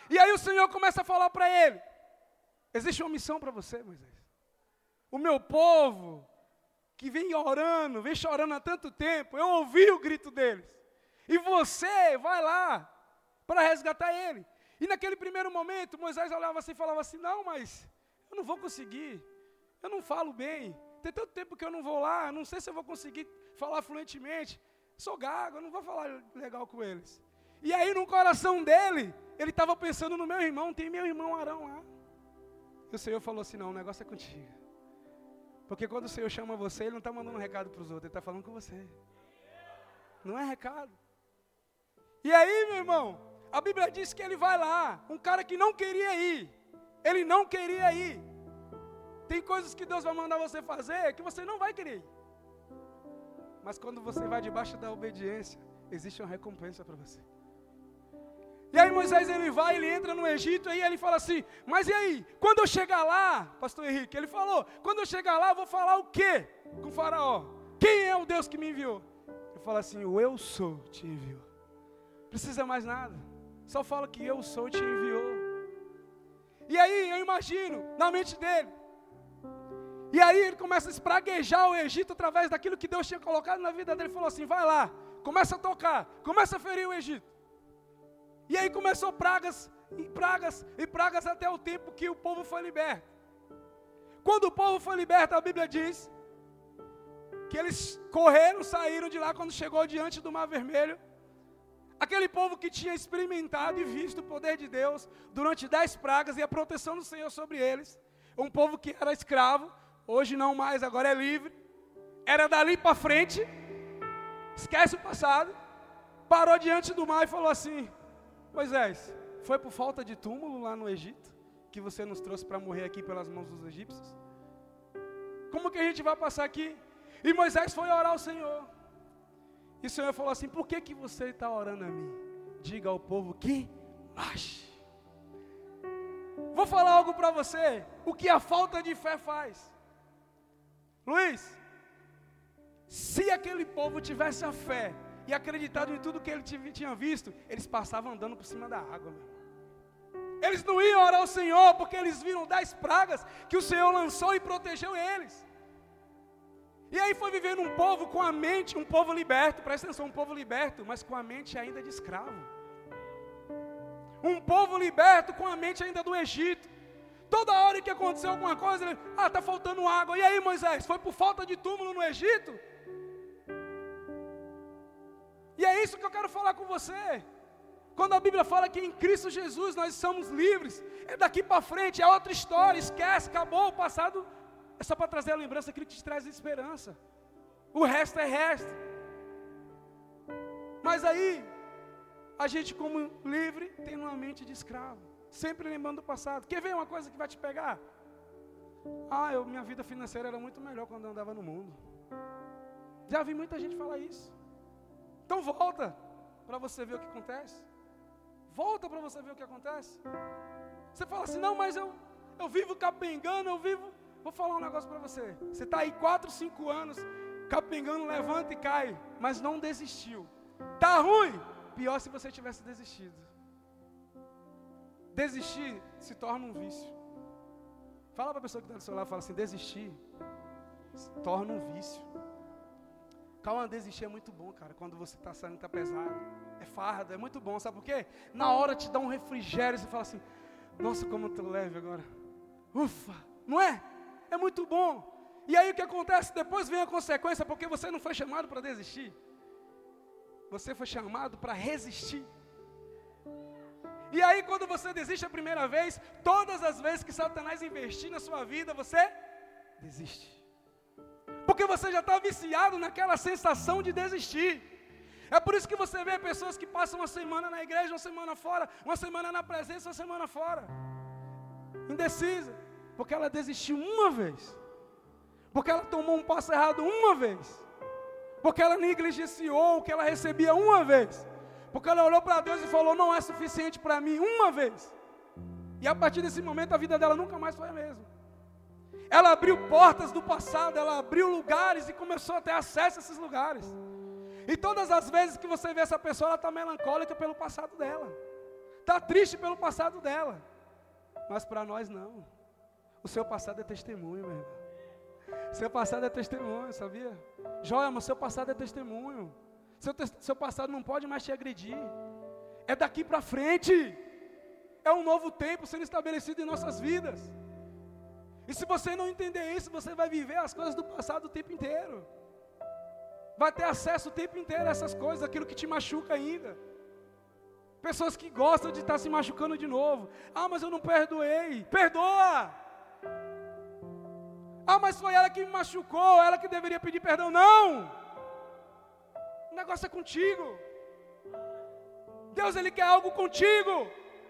E aí o Senhor começa a falar para ele: existe uma missão para você, Moisés. O meu povo, que vem orando, vem chorando há tanto tempo, eu ouvi o grito deles. E você vai lá para resgatar ele. E naquele primeiro momento, Moisés olhava assim e falava assim: não, mas eu não vou conseguir. Eu não falo bem. Tem tanto tempo que eu não vou lá, não sei se eu vou conseguir falar fluentemente. Sou gago, eu não vou falar legal com eles. E aí no coração dele, ele estava pensando no meu irmão, tem meu irmão Arão lá. E o Senhor falou assim: não, o negócio é contigo. Porque quando o Senhor chama você, Ele não está mandando um recado para os outros, Ele está falando com você. Não é recado. E aí, meu irmão, a Bíblia diz que ele vai lá, um cara que não queria ir. Ele não queria ir. Tem coisas que Deus vai mandar você fazer que você não vai querer ir. Mas quando você vai debaixo da obediência, existe uma recompensa para você. E aí Moisés, ele vai, ele entra no Egito, e ele fala assim: mas e aí, quando eu chegar lá, pastor Henrique, ele falou, quando eu chegar lá, eu vou falar o quê com o faraó? Quem é o Deus que me enviou? Ele fala assim: o eu sou te enviou. Precisa mais nada, só fala que eu sou te enviou. E aí eu imagino, na mente dele, e aí ele começa a espraguejar o Egito através daquilo que Deus tinha colocado na vida dele. Ele falou assim: vai lá, começa a tocar, começa a ferir o Egito. E aí começou pragas, e pragas, e pragas até o tempo que o povo foi liberto. Quando o povo foi liberto, a Bíblia diz que eles correram, saíram de lá. Quando chegou diante do Mar Vermelho, aquele povo que tinha experimentado e visto o poder de Deus durante 10 pragas e a proteção do Senhor sobre eles, um povo que era escravo, hoje não mais, agora é livre, era dali para frente, esquece o passado, parou diante do mar e falou assim: Moisés, foi por falta de túmulo lá no Egito que você nos trouxe para morrer aqui pelas mãos dos egípcios? Como que a gente vai passar aqui? E Moisés foi orar ao Senhor. E o Senhor falou assim: por que você está orando a mim? Diga ao povo que marche. Vou falar algo para você, o que a falta de fé faz. Luiz, se aquele povo tivesse a fé e acreditado em tudo que ele tinha visto, eles passavam andando por cima da água, meu. Eles não iam orar ao Senhor, porque eles viram 10 pragas que o Senhor lançou e protegeu eles. E aí foi vivendo um povo com a mente, um povo liberto, presta atenção, um povo liberto, mas com a mente ainda de escravo. Um povo liberto com a mente ainda do Egito. Toda hora que aconteceu alguma coisa, ele, está faltando água. E aí, Moisés, foi por falta de túmulo no Egito? E é isso que eu quero falar com você. Quando a Bíblia fala que em Cristo Jesus nós somos livres, é daqui para frente, é outra história, esquece, acabou o passado, é só para trazer a lembrança, aquilo que te traz esperança. O resto é resto. Mas aí, a gente como livre, tem uma mente de escravo, sempre lembrando do passado. Quer ver uma coisa que vai te pegar? Minha vida financeira era muito melhor quando eu andava no mundo. Já vi muita gente falar isso. Então volta, para você ver o que acontece. Volta para você ver o que acontece. Você fala assim: não, mas eu vivo capengando, Vou falar um negócio para você. Você está aí 4, 5 anos, capengando, levanta e cai, mas não desistiu. Tá ruim? Pior se você tivesse desistido. Desistir se torna um vício. Fala para a pessoa que está do seu lado, fala assim: desistir se torna um vício. Calma, desistir é muito bom, cara. Quando você está saindo, está pesado, é fardo, é muito bom. Sabe por quê? Na hora te dá um refrigério, você fala assim: nossa, como eu estou leve agora. Ufa, não é? É muito bom. E aí o que acontece? Depois vem a consequência, porque você não foi chamado para desistir. Você foi chamado para resistir. E aí quando você desiste a primeira vez, todas as vezes que Satanás investir na sua vida, você desiste. Porque você já está viciado naquela sensação de desistir. É por isso que você vê pessoas que passam uma semana na igreja, uma semana fora, uma semana na presença, uma semana fora. Indecisa. Porque ela desistiu uma vez. Porque ela tomou um passo errado uma vez. Porque ela negligenciou o que ela recebia uma vez. Porque ela olhou para Deus e falou: não é suficiente para mim, uma vez. E a partir desse momento a vida dela nunca mais foi a mesma. Ela abriu portas do passado, ela abriu lugares e começou a ter acesso a esses lugares. E todas as vezes que você vê essa pessoa, ela está melancólica pelo passado dela. está triste pelo passado dela. Mas para nós não. O seu passado é testemunho, meu irmão. Seu passado é testemunho, sabia? Joelma, seu passado é testemunho. Seu passado não pode mais te agredir. É daqui para frente. É um novo tempo sendo estabelecido em nossas vidas. E se você não entender isso, você vai viver as coisas do passado o tempo inteiro. Vai ter acesso o tempo inteiro a essas coisas, aquilo que te machuca ainda. Pessoas que gostam de estar se machucando de novo. Ah, mas eu não perdoei. Perdoa! Ah, mas foi ela que me machucou, ela que deveria pedir perdão. Não! O negócio é contigo. Deus, Ele quer algo contigo.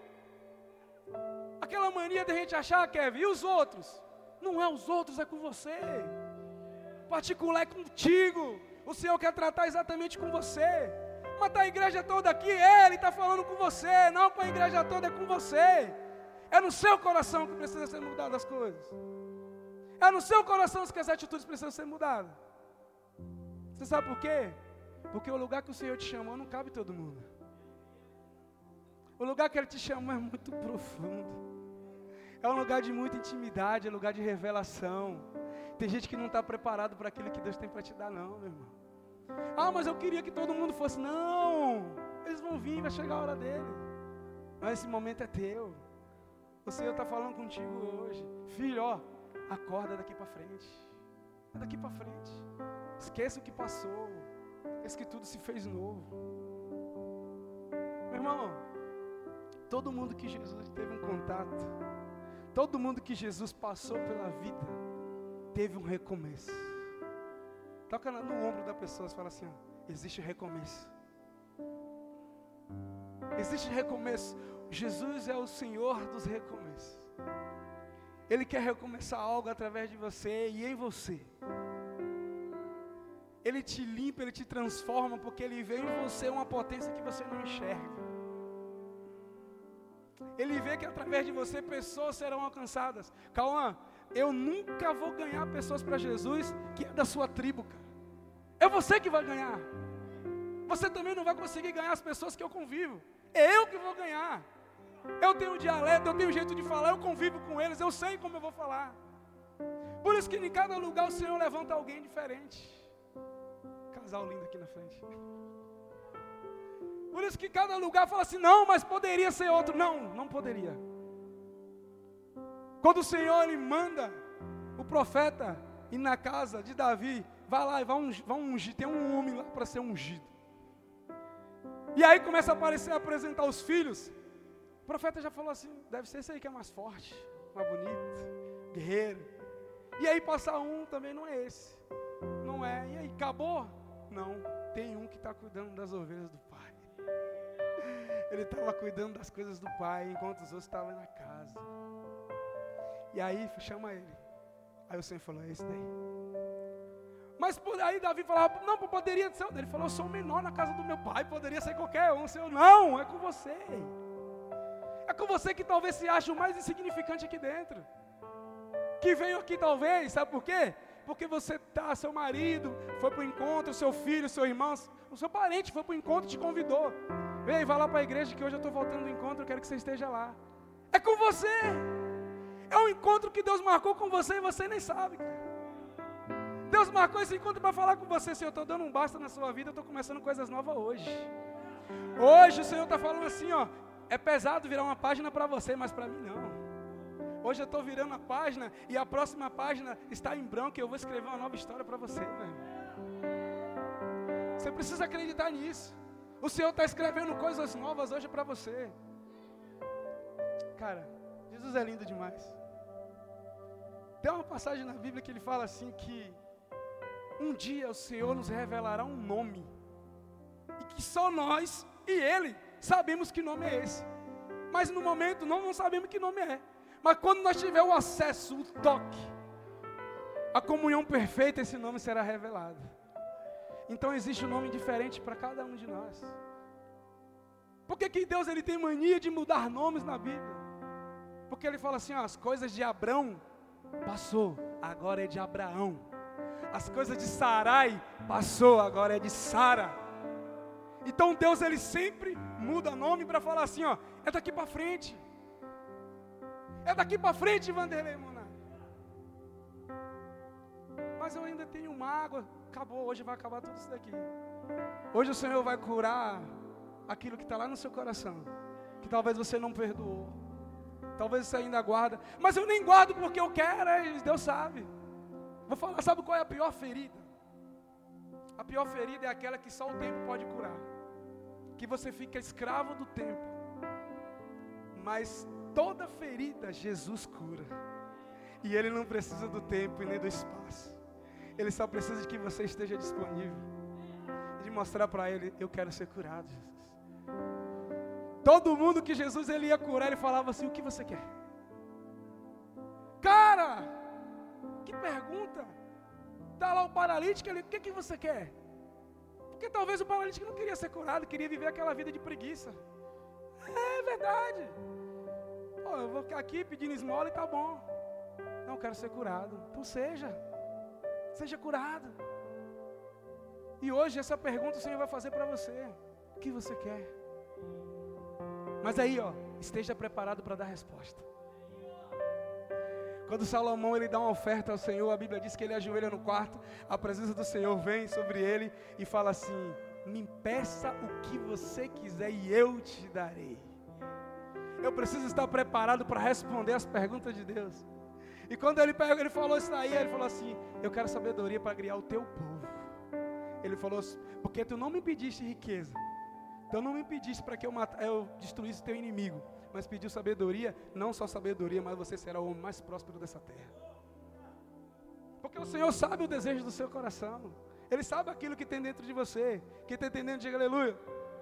Aquela mania de a gente achar, Kevin, e os outros? Não é os outros, é com você. O particular é contigo. O Senhor quer tratar exatamente com você. Mas está a igreja toda aqui, Ele está falando com você. Não com a igreja toda, é com você. É no seu coração que precisa ser mudadas as coisas. É no seu coração que as atitudes precisam ser mudadas. Você sabe por quê? Porque o lugar que o Senhor te chamou não cabe todo mundo. O lugar que Ele te chamou é muito profundo. É um lugar de muita intimidade, é um lugar de revelação. Tem gente que não está preparado para aquilo que Deus tem para te dar, não, meu irmão. Ah, mas eu queria que todo mundo fosse. Não, eles vão vir, vai chegar a hora dele. Mas esse momento é teu. O Senhor está falando contigo hoje. Filho, ó, acorda daqui para frente. É daqui para frente. Esqueça o que passou. Esqueça que tudo se fez novo. Meu irmão, todo mundo que Jesus teve um contato, todo mundo que Jesus passou pela vida, teve um recomeço. Toca no ombro da pessoa e fala assim, ó, existe recomeço. Existe recomeço. Jesus é o Senhor dos recomeços. Ele quer recomeçar algo através de você e em você. Ele te limpa, Ele te transforma, porque Ele vê em você uma potência que você não enxerga. Ele vê que através de você pessoas serão alcançadas. Cauã, eu nunca vou ganhar pessoas para Jesus que é da sua tribo, cara. É você que vai ganhar. Você também não vai conseguir ganhar as pessoas que eu convivo. É eu que vou ganhar. Eu tenho dialeto, eu tenho jeito de falar, eu convivo com eles, eu sei como eu vou falar. Por isso que em cada lugar o Senhor levanta alguém diferente. Casal lindo aqui na frente. Por isso que cada lugar fala assim, não, mas poderia ser outro. Não, não poderia. Quando o Senhor Ele manda o profeta ir na casa de Davi, vai lá e vai ungir, tem um homem lá para ser ungido. E aí começa a aparecer, a apresentar os filhos. O profeta já falou assim, deve ser esse aí que é mais forte, mais bonito, guerreiro. E aí passa um, também não é esse. Não é, e aí, acabou? Não, tem um que está cuidando das ovelhas do pai. Ele estava cuidando das coisas do pai, enquanto os outros estavam na casa. E aí, chama ele. Aí o Senhor falou, é esse daí. Mas aí Davi falava, não, poderia ser. Ele falou, eu sou o menor na casa do meu pai, poderia ser qualquer um. O Senhor, não, é com você. É com você que talvez se ache o mais insignificante aqui dentro. Que veio aqui talvez, sabe por quê? Porque você tá, seu marido foi para o encontro, seu filho, seu irmão, o seu parente foi para o encontro e te convidou. Vem, vai lá para a igreja que hoje eu estou voltando do encontro, eu quero que você esteja lá. É com você. É um encontro que Deus marcou com você e você nem sabe, cara. Deus marcou esse encontro para falar com você, Senhor, eu estou dando um basta na sua vida, eu estou começando coisas novas hoje. Hoje o Senhor está falando assim, ó, é pesado virar uma página para você, mas para mim não. Hoje eu estou virando a página e a próxima página está em branco e eu vou escrever uma nova história para você, meu irmão. Você precisa acreditar nisso. O Senhor está escrevendo coisas novas hoje para você. Cara, Jesus é lindo demais. Tem uma passagem na Bíblia que ele fala assim que um dia o Senhor nos revelará um nome. E que só nós e Ele sabemos que nome é esse. Mas no momento não sabemos que nome é. Mas quando nós tivermos o acesso, o toque, a comunhão perfeita, esse nome será revelado. Então existe um nome diferente para cada um de nós. Por que Deus ele tem mania de mudar nomes na Bíblia? Porque Ele fala assim, ó, as coisas de Abrão passou, agora é de Abraão. As coisas de Sarai passou, agora é de Sara. Então Deus, ele sempre muda nome para falar assim, ó, é daqui para frente. É daqui para frente, Vanderlei Monar. Mas eu ainda tenho mágoa. Acabou, hoje vai acabar tudo isso daqui. Hoje o Senhor vai curar aquilo que está lá no seu coração, que talvez você não perdoou, talvez você ainda guarda, mas eu nem guardo porque eu quero, Deus sabe. Vou falar, sabe qual é a pior ferida? A pior ferida é aquela que só o tempo pode curar, que você fica escravo do tempo, mas toda ferida Jesus cura, e Ele não precisa do tempo e nem do espaço, Ele só precisa de que você esteja disponível, de mostrar para Ele, eu quero ser curado, Jesus. Todo mundo que Jesus ele ia curar, ele falava assim, o que você quer? Cara, que pergunta. Está lá o paralítico, ele, o que você quer? Porque talvez o paralítico não queria ser curado, queria viver aquela vida de preguiça. É verdade. Pô, eu vou ficar aqui pedindo esmola e tá bom. Não, eu quero ser curado. Então seja curado. E hoje essa pergunta o Senhor vai fazer para você. O que você quer? Mas aí, ó, esteja preparado para dar resposta. Quando Salomão ele dá uma oferta ao Senhor, a Bíblia diz que ele ajoelha no quarto, a presença do Senhor vem sobre ele e fala assim, me peça o que você quiser e eu te darei. Eu preciso estar preparado para responder as perguntas de Deus. E quando ele falou isso aí, ele falou assim, eu quero sabedoria para criar o teu povo. Ele falou, porque tu não me pediste riqueza, então não me pediste para que eu destruísse teu inimigo, mas pediu sabedoria, não só sabedoria, mas você será o homem mais próspero dessa terra. Porque o Senhor sabe o desejo do seu coração, Ele sabe aquilo que tem dentro de você. Quem está entendendo, diga aleluia.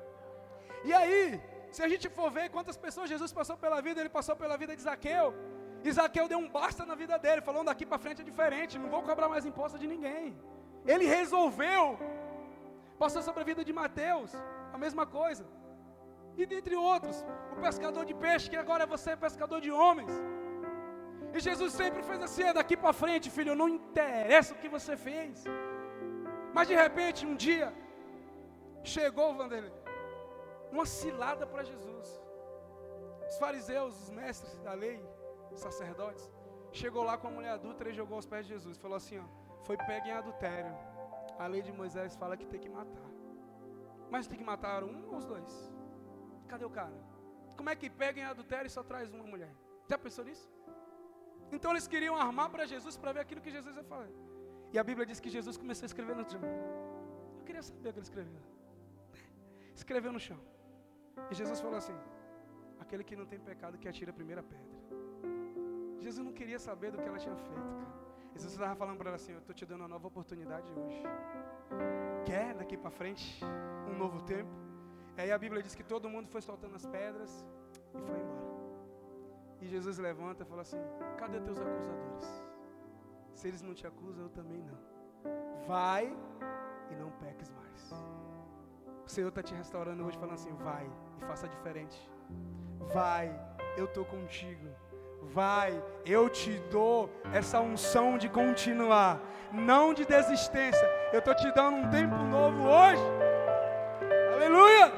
E aí, se a gente for ver quantas pessoas Jesus passou pela vida, Ele passou pela vida de Zaqueu, e Zaqueu deu um basta na vida dele, falando daqui para frente é diferente, não vou cobrar mais imposto de ninguém. Ele resolveu. Passou sobre a vida de Mateus, a mesma coisa. E dentre outros, o pescador de peixe, que agora você é pescador de homens. E Jesus sempre fez assim, é daqui para frente, filho, não interessa o que você fez. Mas de repente, um dia, chegou, Vanderlei, uma cilada para Jesus. Os fariseus, os mestres da lei, os sacerdotes, chegou lá com a mulher adulta e jogou aos pés de Jesus. Falou assim, ó, foi pego em adultério. A lei de Moisés fala que tem que matar. Mas tem que matar um ou os dois? Cadê o cara? Como é que pega em adultério e só traz uma mulher? Já pensou nisso? Então eles queriam armar para Jesus para ver aquilo que Jesus ia falar. E a Bíblia diz que Jesus começou a escrever no chão. Eu queria saber o que ele escreveu. Escreveu no chão. E Jesus falou assim, aquele que não tem pecado que atira a primeira pedra. Jesus não queria saber do que ela tinha feito, cara. Jesus estava falando para ela assim, eu estou te dando uma nova oportunidade hoje. Quer daqui para frente um novo tempo? E aí a Bíblia diz que todo mundo foi soltando as pedras e foi embora. E Jesus levanta e fala assim, cadê teus acusadores? Se eles não te acusam, eu também não. Vai e não peques mais. O Senhor está te restaurando hoje falando assim, vai e faça diferente. Vai, eu estou contigo. Vai, eu te dou essa unção de continuar, não de desistência. Eu estou te dando um tempo novo hoje. Aleluia!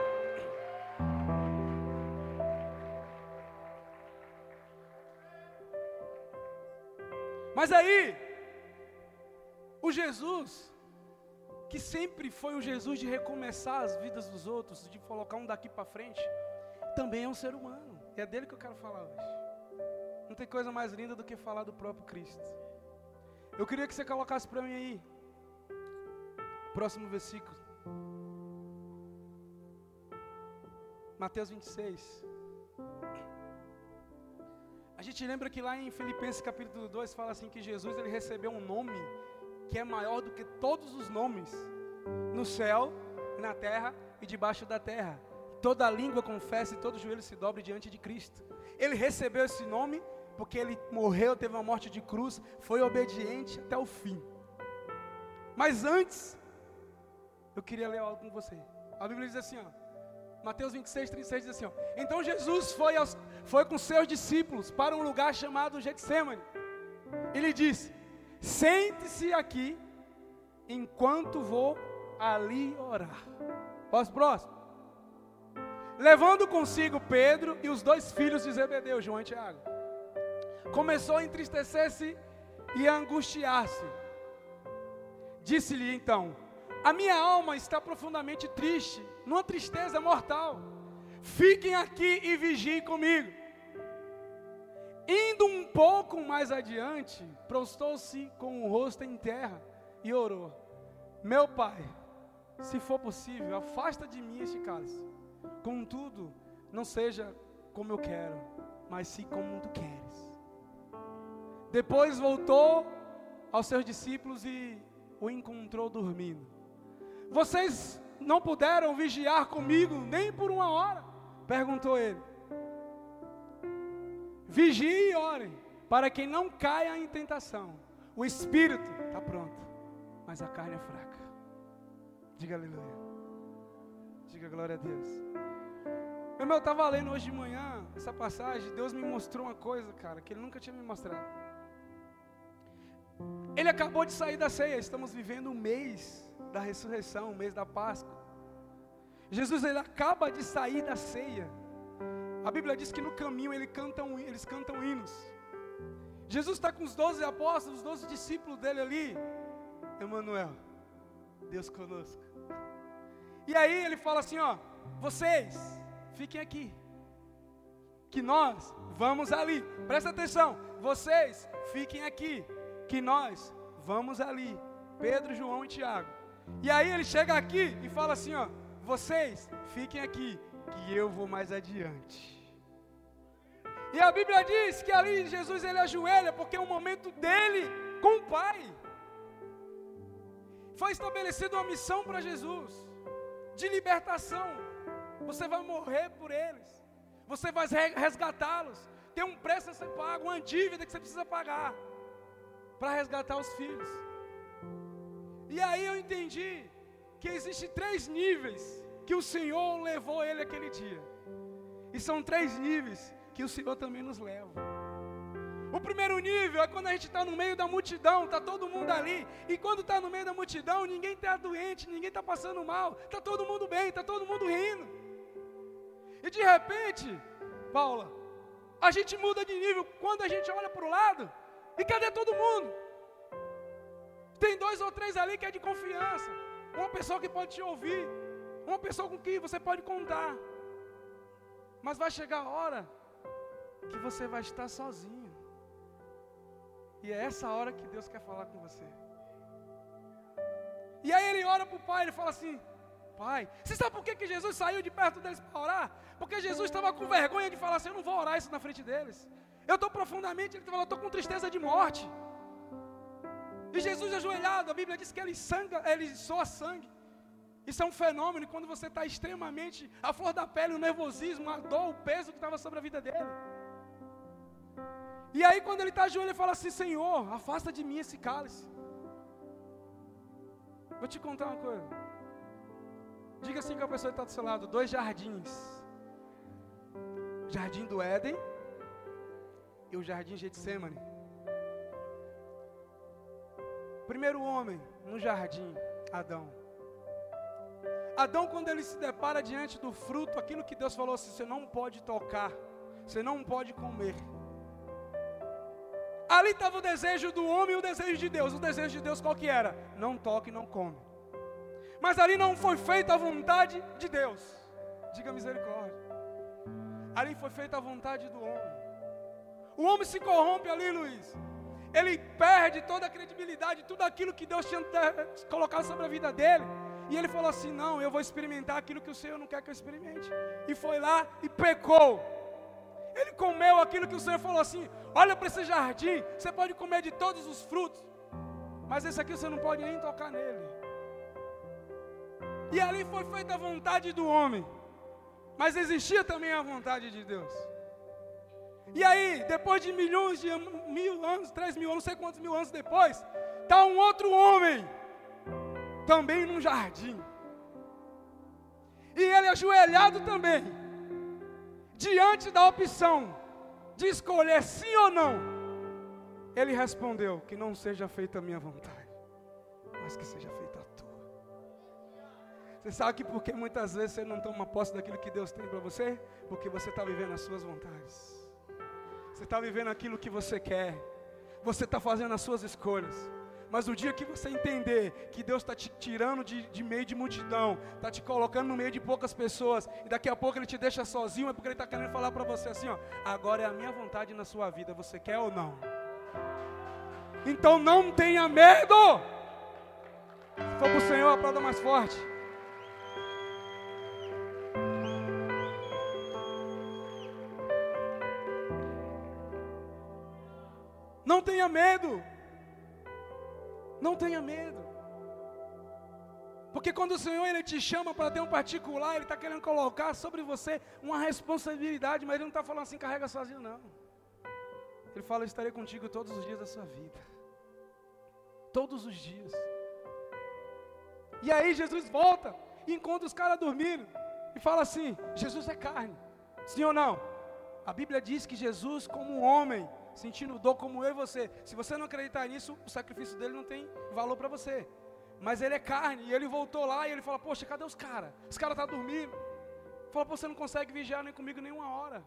Mas aí, o Jesus, que sempre foi o Jesus de recomeçar as vidas dos outros, de colocar um daqui para frente, também é um ser humano. E é dele que eu quero falar hoje. Não tem coisa mais linda do que falar do próprio Cristo. Eu queria que você colocasse para mim aí, próximo versículo. Mateus 26. A gente lembra que lá em Filipenses capítulo 2 fala assim que Jesus ele recebeu um nome que é maior do que todos os nomes no céu, na terra e debaixo da terra. Toda língua confessa e todo joelho se dobre diante de Cristo. Ele recebeu esse nome porque ele morreu, teve uma morte de cruz, foi obediente até o fim. Mas antes, eu queria ler algo com você. A Bíblia diz assim, ó, Mateus 26, 36 diz assim, ó, então Jesus foi com seus discípulos para um lugar chamado Getsêmani. Ele disse, sente-se aqui enquanto vou ali orar. Posso próximo? Levando consigo Pedro e os 2 filhos de Zebedeu, João e Tiago, começou a entristecer-se e a angustiar-se. Disse-lhe então: a minha alma está profundamente triste, numa tristeza mortal. Fiquem aqui e vigiem comigo. Indo um pouco mais adiante, prostou-se com o rosto em terra e orou: meu pai, se for possível, afasta de mim este cálice. Contudo, não seja como eu quero, mas sim como tu queres. Depois voltou aos seus discípulos e o encontrou dormindo. Vocês não puderam vigiar comigo nem por 1 hora? Perguntou ele. Vigiem e orem, para que não caia em tentação. O espírito está pronto, mas a carne é fraca. Diga aleluia. Diga glória a Deus. Meu irmão, eu estava lendo hoje de manhã essa passagem. Deus me mostrou uma coisa, cara, que Ele nunca tinha me mostrado. Ele acabou de sair da ceia. Estamos vivendo o mês da ressurreição, o mês da Páscoa. Jesus, Ele acaba de sair da ceia. A Bíblia diz que no caminho eles cantam hinos. Jesus está com os 12 apóstolos, os 12 discípulos dele ali. Emmanuel, Deus conosco. E aí ele fala assim, ó: vocês fiquem aqui, que nós vamos ali. Presta atenção, vocês fiquem aqui, que nós vamos ali. Pedro, João e Tiago. E aí ele chega aqui e fala assim, ó: vocês fiquem aqui, que eu vou mais adiante. E a Bíblia diz que ali Jesus ele ajoelha, porque é um momento dele com o Pai. Foi estabelecida uma missão para Jesus, de libertação. Você vai morrer por eles, você vai resgatá-los. Tem um preço a ser pago, uma dívida que você precisa pagar para resgatar os filhos. E aí eu entendi que existem 3 níveis que o Senhor levou ele aquele dia. E são 3 níveis que o Senhor também nos leva. O primeiro nível é quando a gente está no meio da multidão, está todo mundo ali. E quando está no meio da multidão, ninguém está doente, ninguém está passando mal, está todo mundo bem, está todo mundo rindo. E de repente, Paula, a gente muda de nível quando a gente olha para o lado. E cadê todo mundo? Tem 2 ou 3 ali que é de confiança. Uma pessoa que pode te ouvir, uma pessoa com quem você pode contar. Mas vai chegar a hora que você vai estar sozinho. E é essa hora que Deus quer falar com você. E aí ele ora para o Pai, ele fala assim: Pai, você sabe por que Jesus saiu de perto deles para orar? Porque Jesus estava com vergonha de falar assim: eu não vou orar isso na frente deles. Eu estou profundamente, ele falou, eu estou com tristeza de morte. E Jesus ajoelhado, a Bíblia diz que ele soa sangue. Isso é um fenômeno, quando você está extremamente à flor da pele, o nervosismo, a dor, o peso que estava sobre a vida dele. E aí quando ele está ajoelhado, ele fala assim: Senhor, afasta de mim esse cálice. Vou te contar uma coisa. Diga assim com a pessoa que está do seu lado: 2 jardins. Jardim do Éden e o jardim Getsemane. Primeiro homem no jardim, Adão. Adão, quando ele se depara diante do fruto, aquilo que Deus falou assim: você não pode tocar, você não pode comer. Ali estava o desejo do homem e o desejo de Deus. O desejo de Deus qual que era? Não toque, não come. Mas ali não foi feita a vontade de Deus. Diga misericórdia. Ali foi feita a vontade do homem. O homem se corrompe ali, Luiz. Ele perde toda a credibilidade, tudo aquilo que Deus tinha colocado sobre a vida dele. E ele falou assim: não, eu vou experimentar aquilo que o Senhor não quer que eu experimente. E foi lá e pecou. Ele comeu aquilo que o Senhor falou assim: olha para esse jardim, você pode comer de todos os frutos, mas esse aqui você não pode nem tocar nele. E ali foi feita a vontade do homem, mas existia também a vontade de Deus. E aí, depois de milhões de 1.000 anos, 3.000 anos, não sei quantos mil anos depois, está um outro homem, também num jardim. E ele ajoelhado também, diante da opção de escolher sim ou não, ele respondeu: que não seja feita a minha vontade, mas que seja feita a tua. Você sabe que porque muitas vezes você não toma posse daquilo que Deus tem para você? Porque você está vivendo as suas vontades. Você está vivendo aquilo que você quer. Você está fazendo as suas escolhas. Mas o dia que você entender que Deus está te tirando de meio de multidão, está te colocando no meio de poucas pessoas, e daqui a pouco Ele te deixa sozinho, é porque Ele está querendo falar para você assim, ó, agora é a minha vontade na sua vida, você quer ou não? Então não tenha medo! Se for para o Senhor, aplauda mais forte. Não tenha medo. Não tenha medo. Porque quando o Senhor Ele te chama para ter um particular, Ele está querendo colocar sobre você uma responsabilidade, mas Ele não está falando assim, carrega sozinho, não. Ele fala, eu estarei contigo todos os dias da sua vida. Todos os dias. E aí Jesus volta e encontra os caras dormindo. E fala assim, Jesus é carne. Sim ou não? A Bíblia diz que Jesus, como um homem, sentindo dor como eu e você. Se você não acreditar nisso, o sacrifício dele não tem valor para você. Mas ele é carne, e ele voltou lá e ele fala, poxa, cadê os caras? Os caras estão dormindo. Fala, pô, você não consegue vigiar nem comigo nenhuma hora.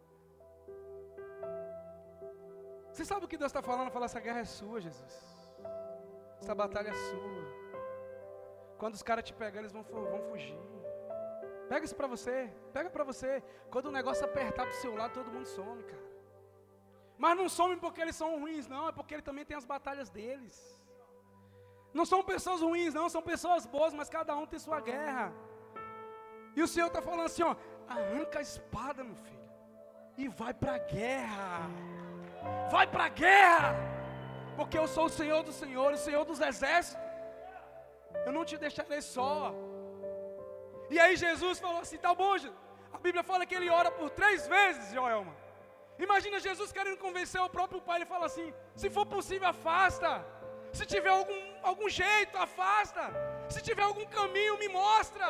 Você sabe o que Deus está falando? Fala, essa guerra é sua, Jesus. Essa batalha é sua. Quando os caras te pegarem, eles vão fugir. Pega isso para você, pega para você. Quando o negócio apertar pro seu lado, todo mundo some, cara. Mas não somem porque eles são ruins, não. É porque ele também tem as batalhas deles. Não são pessoas ruins, não. São pessoas boas, mas cada um tem sua guerra. E o Senhor está falando assim, ó. Arranca a espada, meu filho. E vai para a guerra. Vai para a guerra. Porque eu sou o Senhor dos senhores, o Senhor dos exércitos. Eu não te deixarei só. E aí Jesus falou assim, tá bom, Jesus. A Bíblia fala que ele ora por 3 vezes, Joelma. Imagina Jesus querendo convencer o próprio Pai. Ele fala assim, se for possível, afasta. Se tiver algum jeito, afasta. Se tiver algum caminho, me mostra.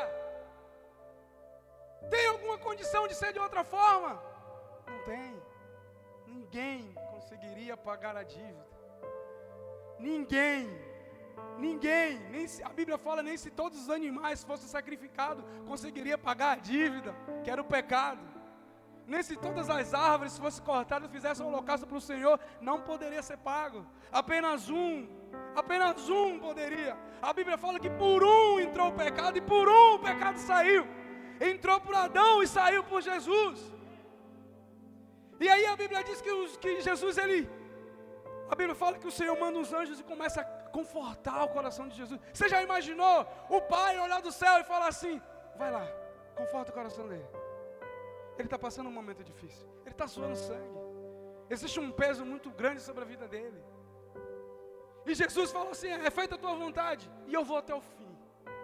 Tem alguma condição de ser de outra forma? Não tem. Ninguém conseguiria pagar a dívida. Ninguém, nem se, a Bíblia fala, nem se todos os animais fossem sacrificados, conseguiria pagar a dívida, que era o pecado. Nem se todas as árvores fossem cortadas e fizessem um holocausto para o Senhor, não poderia ser pago. Apenas um poderia. A Bíblia fala que por um entrou o pecado e por um o pecado saiu. Entrou por Adão e saiu por Jesus. E aí a Bíblia diz que Jesus, a Bíblia fala que o Senhor manda uns anjos e começa a confortar o coração de Jesus. Você já imaginou o Pai olhar do céu e falar assim, vai lá, conforta o coração dele. Ele está passando um momento difícil. Ele está suando sangue. Existe um peso muito grande sobre a vida dele. E Jesus falou assim, é feita a tua vontade e eu vou até o fim.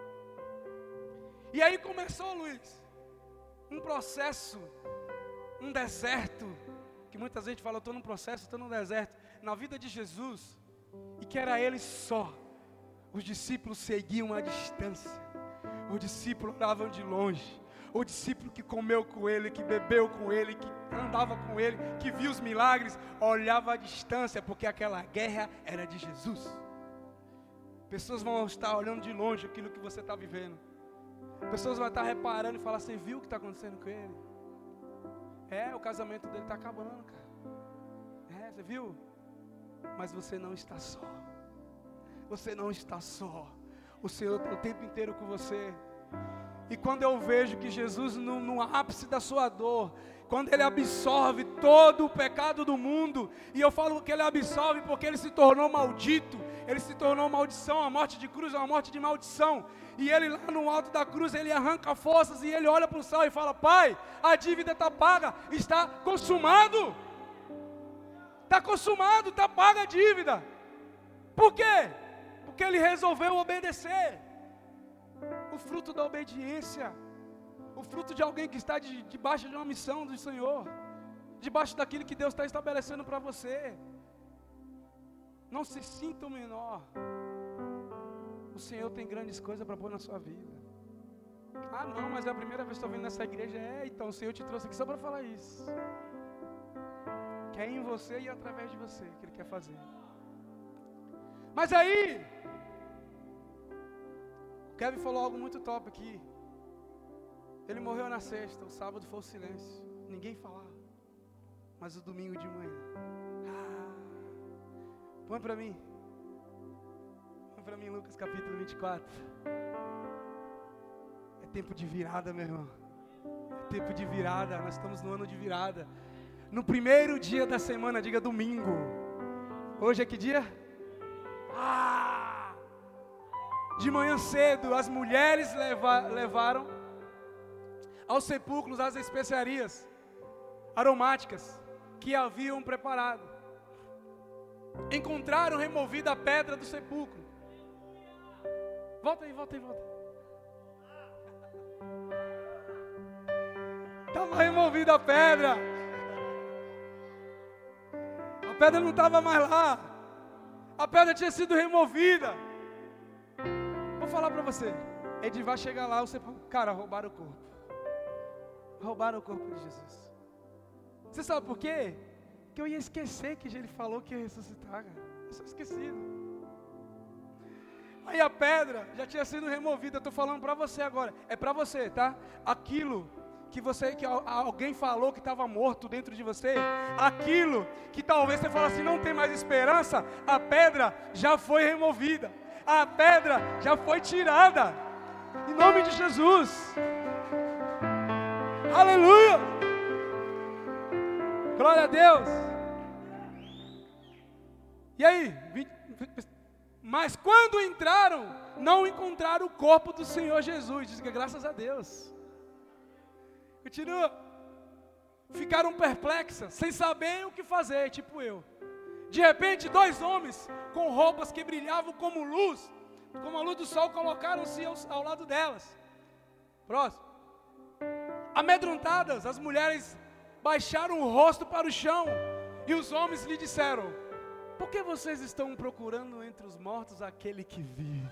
E aí começou, Luiz, um processo, um deserto, que muita gente fala, eu estou num processo, estou num deserto. Na vida de Jesus, e que era ele só, os discípulos seguiam à distância, os discípulos oravam de longe, o discípulo que comeu com ele, que bebeu com ele, que andava com ele, que viu os milagres, olhava à distância, porque aquela guerra era de Jesus. Pessoas vão estar olhando de longe aquilo que você está vivendo, pessoas vão estar reparando e falar, você viu o que está acontecendo com ele? O casamento dele está acabando, cara. Você viu? Mas você não está só. Você não está só. O Senhor está o tempo inteiro com você. E quando eu vejo que Jesus no ápice da sua dor, quando Ele absorve todo o pecado do mundo, e eu falo que Ele absorve porque Ele se tornou maldito, Ele se tornou maldição, a morte de cruz é uma morte de maldição, e Ele lá no alto da cruz, Ele arranca forças, e Ele olha para o céu e fala, Pai, a dívida está paga, está consumado, está paga a dívida. Por quê? Porque Ele resolveu obedecer. O fruto da obediência, o fruto de alguém que está debaixo de uma missão do Senhor, debaixo daquilo que Deus está estabelecendo para você. Não se sinta o menor. O Senhor tem grandes coisas para pôr na sua vida. Ah não, mas é a primeira vez que estou vindo nessa igreja. Então o Senhor te trouxe aqui só para falar isso. Que é em você e através de você que Ele quer fazer. Mas aí, O Kevin falou algo muito top aqui. Ele morreu na sexta, o sábado foi o silêncio. Ninguém falava. Mas o domingo de manhã. Põe para mim. Põe para mim Lucas capítulo 24. É tempo de virada, meu irmão. É tempo de virada. Nós estamos no ano de virada. No primeiro dia da semana, diga domingo. Hoje é que dia? De manhã cedo, as mulheres levaram aos sepulcros as especiarias aromáticas que haviam preparado. Encontraram removida a pedra do sepulcro. Volta aí. Estava removida a pedra. A pedra não estava mais lá. A pedra tinha sido removida. Vou falar para você. Ele vai chegar lá, o sepulcro. Cara, roubaram o corpo. Roubaram o corpo de Jesus. Você sabe por quê? Que eu ia esquecer que ele falou que ia ressuscitar, cara. Eu sou esquecido. Aí a pedra já tinha sido removida. Eu estou falando para você agora. É para você, tá? Aquilo que alguém falou que estava morto dentro de você, aquilo que talvez você fale assim, não tem mais esperança, a pedra já foi removida. A pedra já foi tirada. Em nome de Jesus. Aleluia. Glória a Deus. E aí? Mas quando entraram, não encontraram o corpo do Senhor Jesus. Diz que graças a Deus. Continua. Ficaram perplexas, sem saber o que fazer, tipo eu. De repente, 2 homens com roupas que brilhavam como luz, como a luz do sol, colocaram-se ao lado delas. Próximo. Amedrontadas, as mulheres baixaram o rosto para o chão e os homens lhe disseram: por que vocês estão procurando entre os mortos aquele que vive?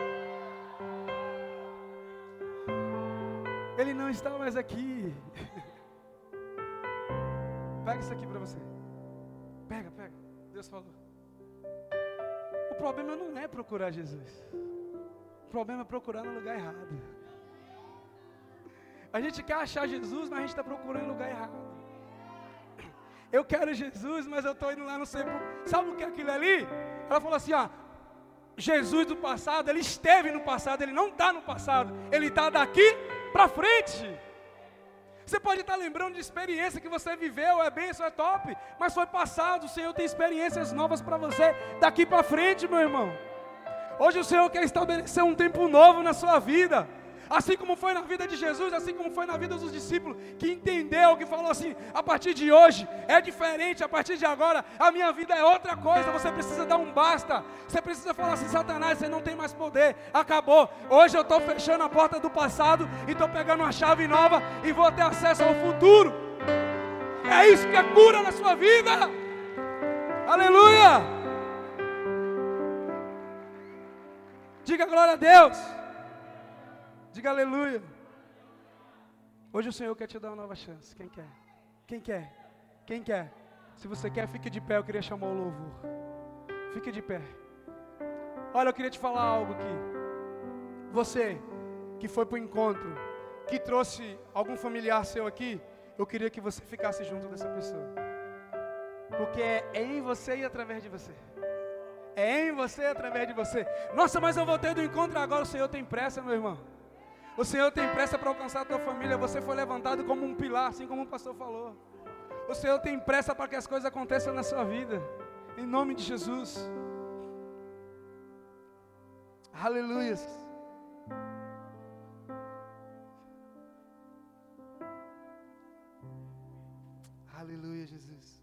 Ele não está mais aqui. Pega isso aqui para você. Pega. Deus falou. O problema não é procurar Jesus. O problema é procurar no lugar errado. A gente quer achar Jesus, mas a gente está procurando no lugar errado. Eu quero Jesus, mas eu estou indo lá no sepulcro. Sabe o que é aquilo ali? Ela falou assim, Jesus do passado, ele esteve no passado, ele não está no passado. Ele está daqui para frente. Você pode estar lembrando de experiência que você viveu, é bênção, é top, mas foi passado. O Senhor tem experiências novas para você daqui para frente, meu irmão. Hoje o Senhor quer estabelecer um tempo novo na sua vida. Assim como foi na vida de Jesus, assim como foi na vida dos discípulos, que entendeu, que falou assim, a partir de hoje é diferente, a partir de agora a minha vida é outra coisa. Você precisa dar um basta, você precisa falar assim, Satanás, você não tem mais poder, acabou. Hoje eu estou fechando a porta do passado e estou pegando uma chave nova e vou ter acesso ao futuro. É isso que é cura na sua vida. Aleluia. Diga glória a Deus. Diga aleluia. Hoje o Senhor quer te dar uma nova chance. Quem quer? Quem quer? Quem quer? Se você quer, fique de pé. Eu queria chamar o louvor. Fique de pé. Olha, eu queria te falar algo aqui. Você que foi para o encontro, que trouxe algum familiar seu aqui, eu queria que você ficasse junto dessa pessoa. Porque é em você e através de você. É em você e através de você. Nossa, mas eu voltei do encontro agora. O Senhor tem pressa, meu irmão. O Senhor tem pressa para alcançar a tua família. Você foi levantado como um pilar, assim como o pastor falou. O Senhor tem pressa para que as coisas aconteçam na sua vida. Em nome de Jesus. Aleluia. Aleluia, Jesus.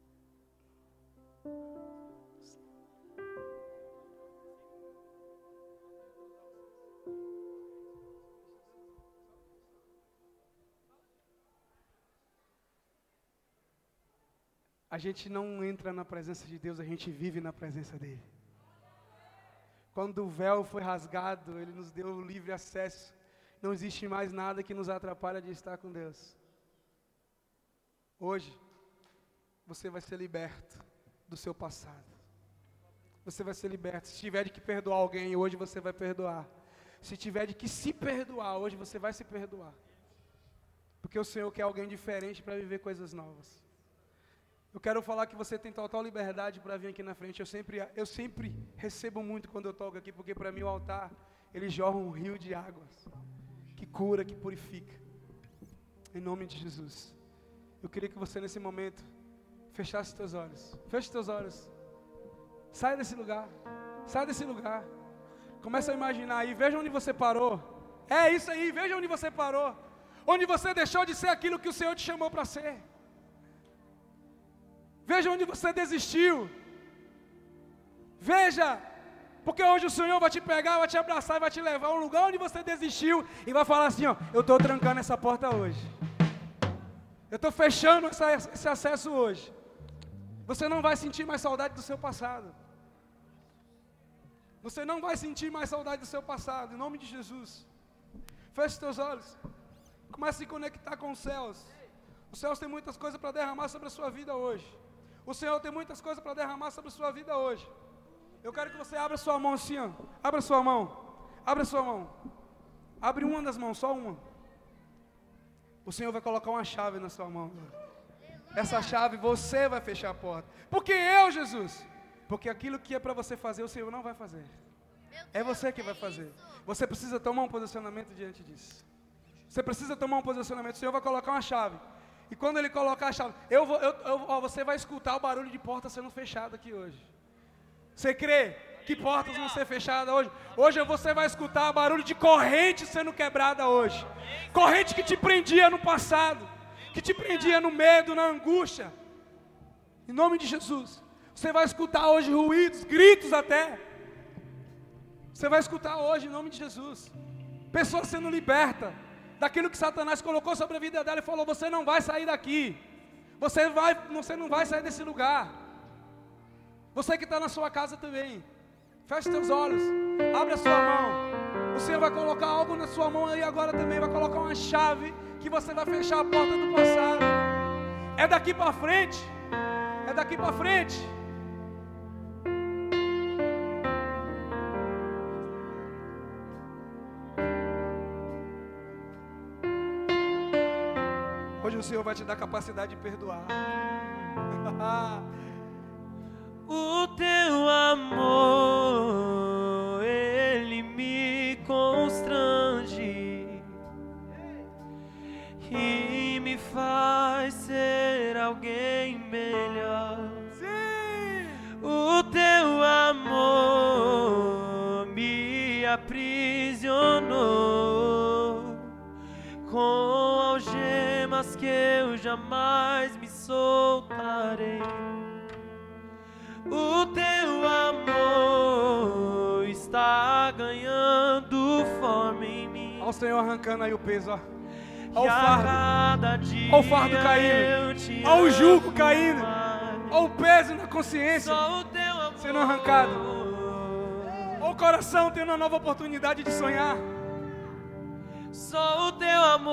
A gente não entra na presença de Deus, a gente vive na presença dEle. Quando o véu foi rasgado, Ele nos deu livre acesso. Não existe mais nada que nos atrapalhe de estar com Deus. Hoje, você vai ser liberto do seu passado. Você vai ser liberto. Se tiver de que perdoar alguém, hoje você vai perdoar. Se tiver de que se perdoar, hoje você vai se perdoar. Porque o Senhor quer alguém diferente para viver coisas novas. Eu quero falar que você tem total liberdade para vir aqui na frente. Eu sempre recebo muito quando eu toco aqui, porque para mim o altar, ele jorra um rio de águas, que cura, que purifica. Em nome de Jesus. Eu queria que você nesse momento fechasse teus olhos. Feche teus olhos. Sai desse lugar. Sai desse lugar. Começa a imaginar aí. Veja onde você parou. É isso aí. Veja onde você parou. Onde você deixou de ser aquilo que o Senhor te chamou para ser. Veja onde você desistiu. Veja. Porque hoje o Senhor vai te pegar, vai te abraçar e vai te levar a um lugar onde você desistiu. E vai falar assim, ó. Eu estou trancando essa porta hoje. Eu estou fechando esse acesso hoje. Você não vai sentir mais saudade do seu passado. Você não vai sentir mais saudade do seu passado, em nome de Jesus. Feche os teus olhos. Comece a se conectar com os céus. Os céus têm muitas coisas para derramar sobre a sua vida hoje. O Senhor tem muitas coisas para derramar sobre a sua vida hoje. Eu quero que você abra sua mão assim, ó. Abra sua mão. Abra sua mão. Abre uma das mãos, só uma. O Senhor vai colocar uma chave na sua mão. Essa chave você vai fechar a porta. Por que eu, Jesus? Porque aquilo que é para você fazer, o Senhor não vai fazer. É você que vai fazer. Você precisa tomar um posicionamento diante disso. Você precisa tomar um posicionamento. O Senhor vai colocar uma chave. E quando Ele colocar a chave, você vai escutar o barulho de porta sendo fechada aqui hoje. Você crê que portas vão ser fechadas hoje? Hoje você vai escutar o barulho de corrente sendo quebrada hoje. Corrente que te prendia no passado, que te prendia no medo, na angústia. Em nome de Jesus. Você vai escutar hoje ruídos, gritos até. Você vai escutar hoje em nome de Jesus. Pessoas sendo libertas daquilo que Satanás colocou sobre a vida dela e falou: você não vai sair daqui. Você não vai sair desse lugar. Você que está na sua casa também. Feche seus olhos. Abre a sua mão. O Senhor vai colocar algo na sua mão aí agora também. Vai colocar uma chave que você vai fechar a porta do passado. É daqui para frente. É daqui para frente. Hoje o Senhor vai te dar capacidade de perdoar. O teu amor, ele me constrange e me faz ser alguém melhor. Sim. O teu amor me aprisionou com algemas que eu jamais me soltarei. O teu amor está ganhando forma em mim. Olha o Senhor arrancando aí o peso, ó. Olha o fardo. Olha o fardo caindo. Olha o jugo caindo. Olha o peso na consciência sendo arrancado. Olha o coração tendo uma nova oportunidade de sonhar. Só o teu amor.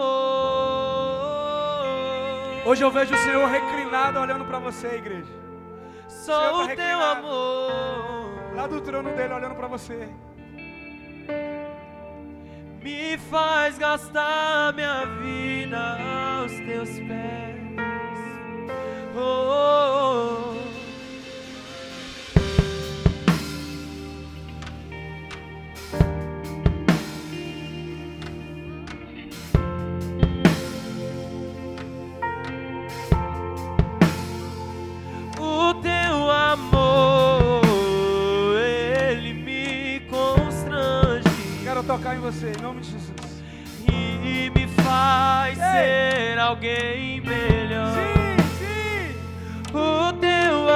Hoje eu vejo o Senhor reclinado olhando para você, igreja. Só o teu amor. Lá do trono dele olhando para você. Me faz gastar minha vida aos teus pés. Oh, oh. O teu amor, ele me constrange. Quero tocar em você, em nome de Jesus. E me faz ser alguém melhor. Sim, sim. O teu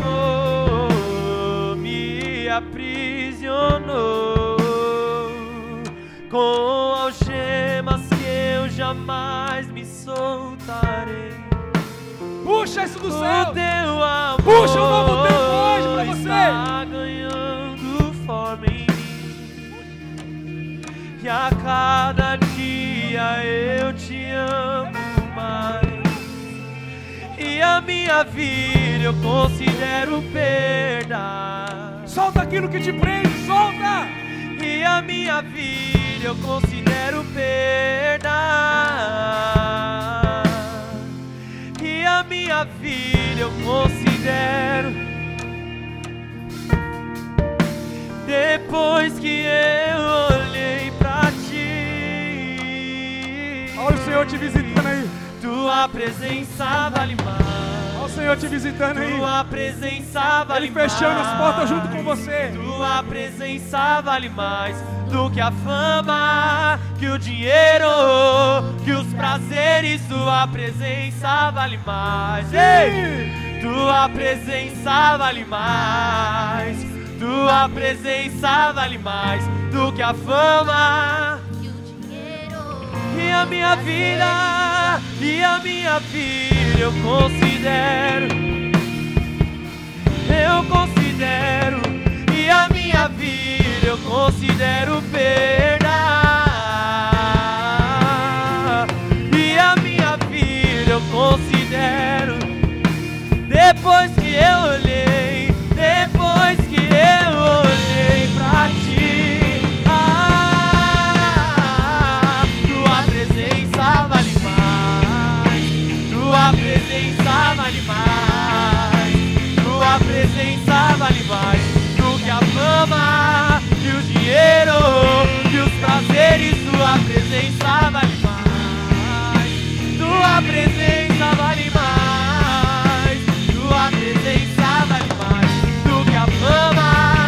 amor me aprisionou com algemas que eu jamais me soltarei. Puxa isso do céu. O teu amor puxa um novo tempo hoje pra você. Está ganhando forma em mim. E a cada dia eu te amo mais. E a minha vida eu considero perda. Solta aquilo que te prende, solta. E a minha vida filha eu considero perda. E a minha filha eu considero. Depois que eu olhei pra ti. Olha o Senhor te visitando aí. Tua presença vale mais. Olha o Senhor te visitando aí. Tua presença vale Ele fechando as portas junto com você. Tua presença vale mais do que a fama, que o dinheiro, que os prazeres. Tua presença vale mais. Ei! Tua presença vale mais. Tua presença vale mais do que a fama E o dinheiro. e a minha vida, e a minha filha eu considero, e a minha filha eu considero perda, e a minha filha eu considero. Depois que eu olhei, depois que eu olhei pra ti, tua presença vale mais, tua presença vale mais, tua presença vale mais do que a fama, e o dinheiro, e os prazeres. Tua presença vale mais, tua presença vale mais, tua presença vale mais do que a fama.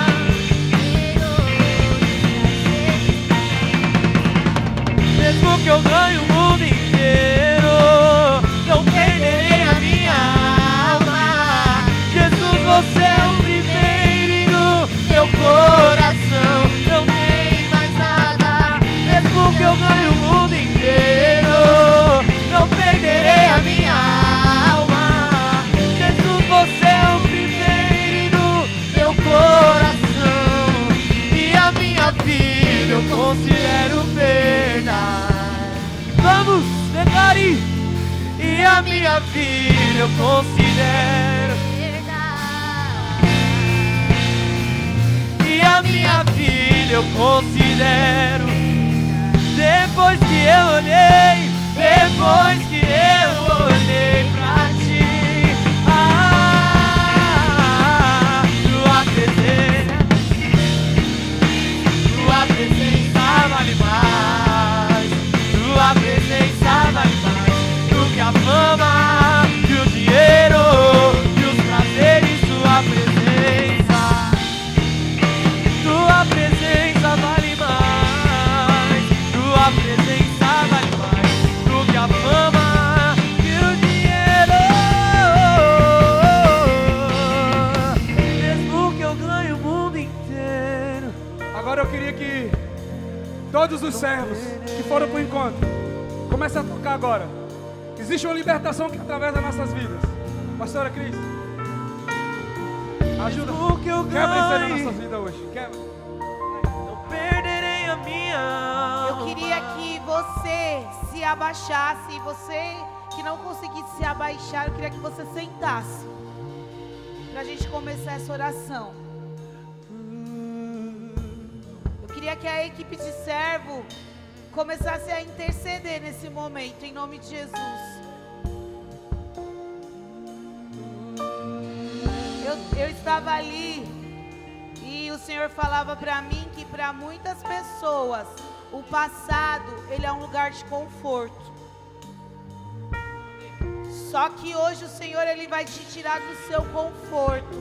Mesmo que eu ganhe o mundo inteiro, não perderei a minha alma. Jesus, você é o primeiro no meu coração, não tem mais nada. Mesmo que eu ganhe o mundo inteiro, não perderei a minha alma. Jesus, você é o primeiro no meu coração, e a minha vida eu considero perda. Vamos, declare! E a minha vida eu considero, e a minha filha eu considero. Depois que eu olhei, depois que eu olhei pra ti, tua presença vale mais, tua presença vale mais do que a fama, e o dinheiro, e os prazeres. Tua presença vale mais, tua presença vale mais do que a fama, e o dinheiro. Mesmo que eu ganhe o mundo inteiro. Agora eu queria que todos os servos que foram para o encontro comecem a tocar agora. Existe uma libertação que atravessa nossas vidas. Pastora Cris, ajuda. Mesmo que eu Quebra isso aí na ganhe, nossa vida hoje. Quebra. não perderei a minha alma. Eu queria que você se abaixasse, e você que não conseguisse se abaixar, eu queria que você sentasse, pra gente começar essa oração. Eu queria que a equipe de servo começasse a interceder nesse momento, em nome de Jesus. Eu estava ali e o Senhor falava para mim que para muitas pessoas o passado, ele é um lugar de conforto. Só que hoje o Senhor, ele vai te tirar do seu conforto,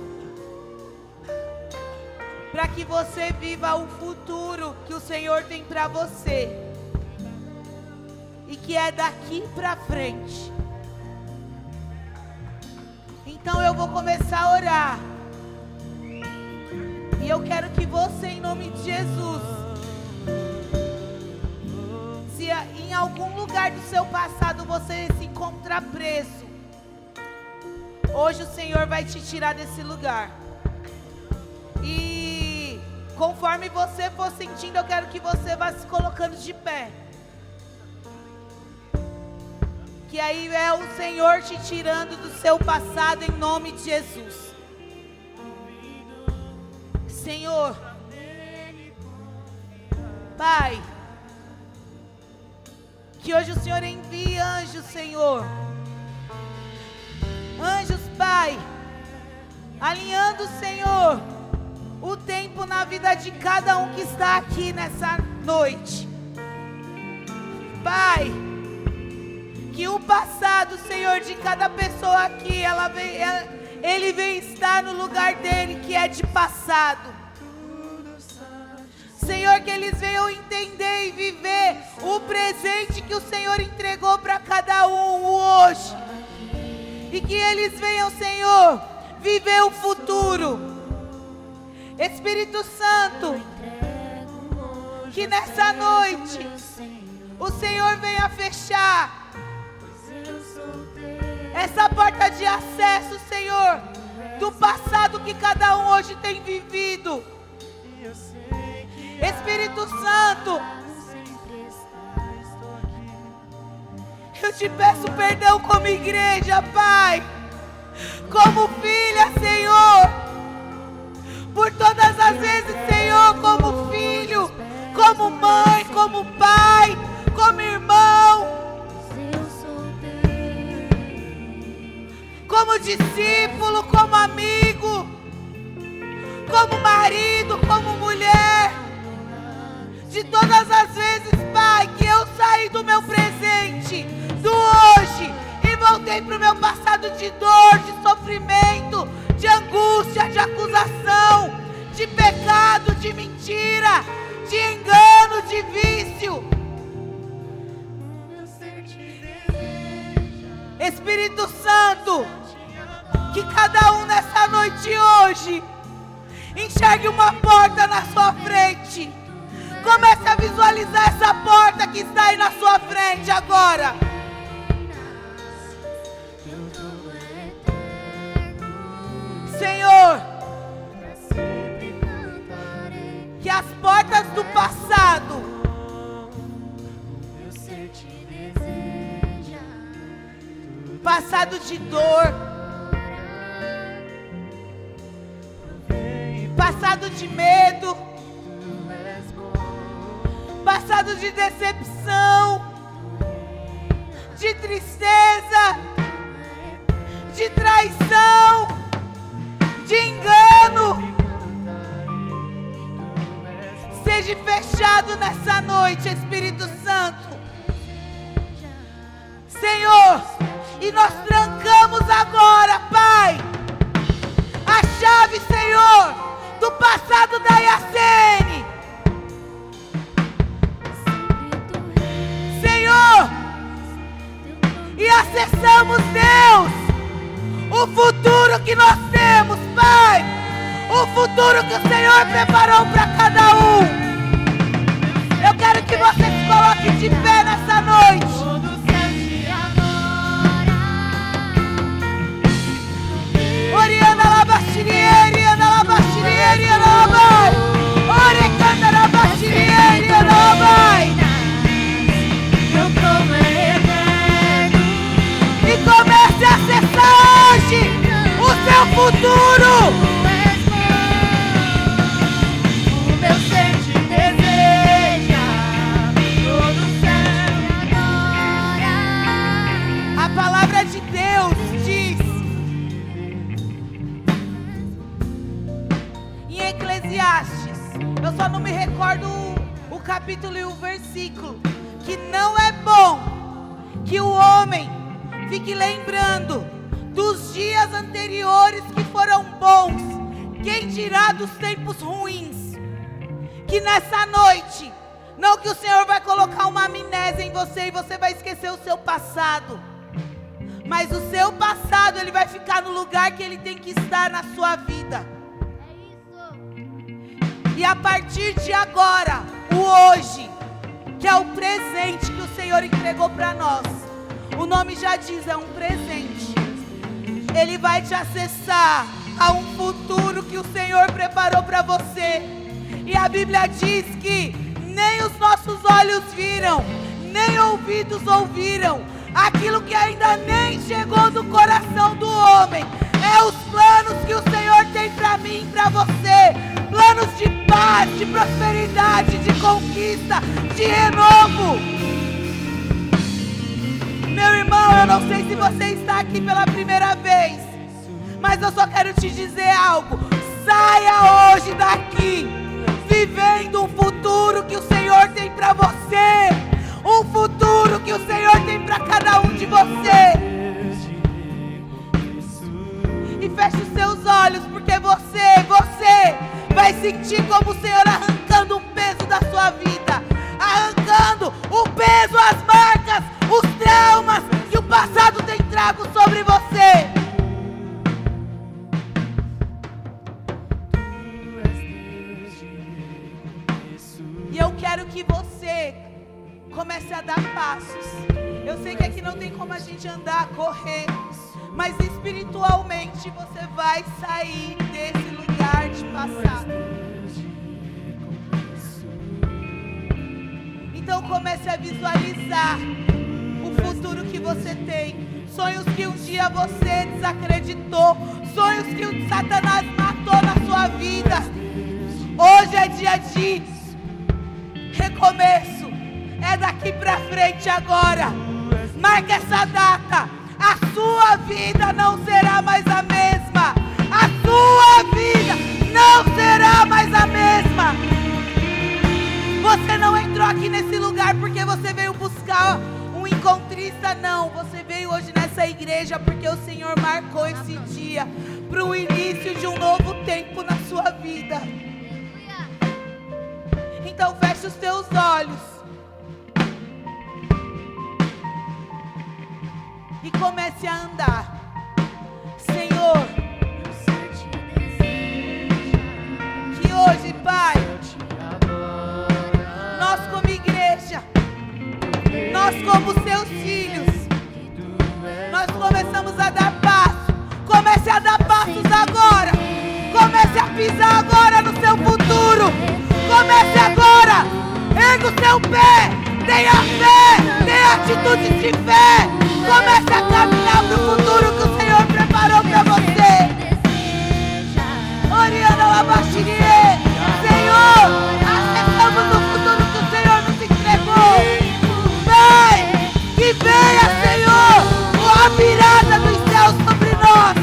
para que você viva o futuro que o Senhor tem para você, e que é daqui para frente. Então eu vou começar a orar, e eu quero que você, em nome de Jesus, se em algum lugar do seu passado você se encontrar preso, hoje o Senhor vai te tirar desse lugar. E conforme você for sentindo, eu quero que você vá se colocando de pé, que aí é o Senhor te tirando do seu passado, em nome de Jesus. Senhor, Pai, Que hoje o Senhor envie anjos, Senhor. Anjos, Pai, alinhando, Senhor, o tempo na vida de cada um que está aqui nessa noite. Pai, que o passado, Senhor, de cada pessoa aqui, ele vem estar no lugar dele, que é de passado. Senhor, que eles venham entender e viver o presente que o Senhor entregou para cada um hoje. E que eles venham, Senhor, viver o futuro. Espírito Santo, que nessa noite o Senhor venha fechar essa porta de acesso, Senhor, do passado que cada um hoje tem vivido. Espírito Santo, eu te peço perdão como igreja, Pai, como filha, Senhor, por todas as vezes, Senhor, como filho, como mãe, como pai, como irmão, como discípulo, como amigo, como marido, como mulher. De todas as vezes, Pai, que eu saí do meu presente, do hoje, e voltei para o meu passado de dor, de sofrimento, de angústia, de acusação, de pecado, de mentira, de engano, de vício. Espírito Santo, que cada um nessa noite hoje enxergue uma porta na sua frente. Comece a visualizar essa porta que está aí na sua frente agora. Senhor, que as portas do passado passado de dor, passado de medo, passado de decepção, de tristeza, de traição, de engano, seja fechado nessa noite, Espírito Santo. Senhor, e nós trancamos agora, Pai, a chave, Senhor, do passado da IACN. Senhor, e acessamos, Deus, o futuro que nós temos, Pai, o futuro que o Senhor preparou para cada um. Eu quero que você se coloque de pé nessa noite. Oriana Labastirieri, Ana Labastirieri, Ana Labai, Orecanda Labastirieri, Ana Labai. E comece a acessar hoje o seu futuro. O meu ser te deseja, todo o céu adora. A palavra de Deus diz em Eclesiastes, eu só não me recordo o capítulo e o versículo, que não é bom que o homem fique lembrando dos dias anteriores que foram bons, quem dirá dos tempos ruins. Que nessa noite, não que o Senhor vai colocar uma amnésia em você e você vai esquecer o seu passado, mas o seu passado, ele vai ficar no lugar que ele tem que estar na sua vida. E a partir de agora, o hoje, que é o presente que o Senhor entregou para nós, o nome já diz, é um presente. Ele vai te acessar a um futuro que o Senhor preparou para você. E a Bíblia diz que nem os nossos olhos viram, nem ouvidos ouviram, aquilo que ainda nem chegou no coração do homem. É os planos que o Senhor tem para mim e para você. Planos de paz, de prosperidade, de conquista, de renovo. eu não sei se você está aqui pela primeira vez, mas eu só quero te dizer algo. Saia hoje daqui vivendo um futuro que o Senhor tem para você, um futuro que o Senhor tem para cada um de você. E feche os seus olhos, porque você vai sentir como o Senhor arrancando um peso da sua vida, arrancando o peso, as marcas, os traumas que o passado tem trago sobre você. E eu quero que você comece a dar passos. Eu sei que aqui não tem como a gente andar, correr, mas espiritualmente você vai sair desse lugar de passado. Então comece a visualizar o futuro que você tem. Sonhos que um dia você desacreditou, sonhos que o Satanás matou na sua vida. Hoje é dia de recomeço. É daqui pra frente agora. Marque essa data. A sua vida não será mais a mesma. A sua vida não será mais a mesma. Você não entrou aqui nesse lugar porque você veio buscar um encontrista, não. Você veio hoje nessa igreja porque o Senhor marcou esse dia para o início de um novo tempo na sua vida. Então feche os teus olhos e comece a andar. Senhor, que hoje, Pai, nós como igreja, nós como seus filhos, nós começamos a dar passo. Comece a dar passos agora. Comece a pisar agora no seu futuro. Comece agora. Erga o seu pé. Tenha fé. Tenha atitude de fé. Comece a caminhar para o futuro que o Senhor preparou para você. Oriana Labaxirie. Senhor, acessamos o futuro que o Senhor nos entregou. Vem, que venha, Senhor, a virada dos céus sobre nós.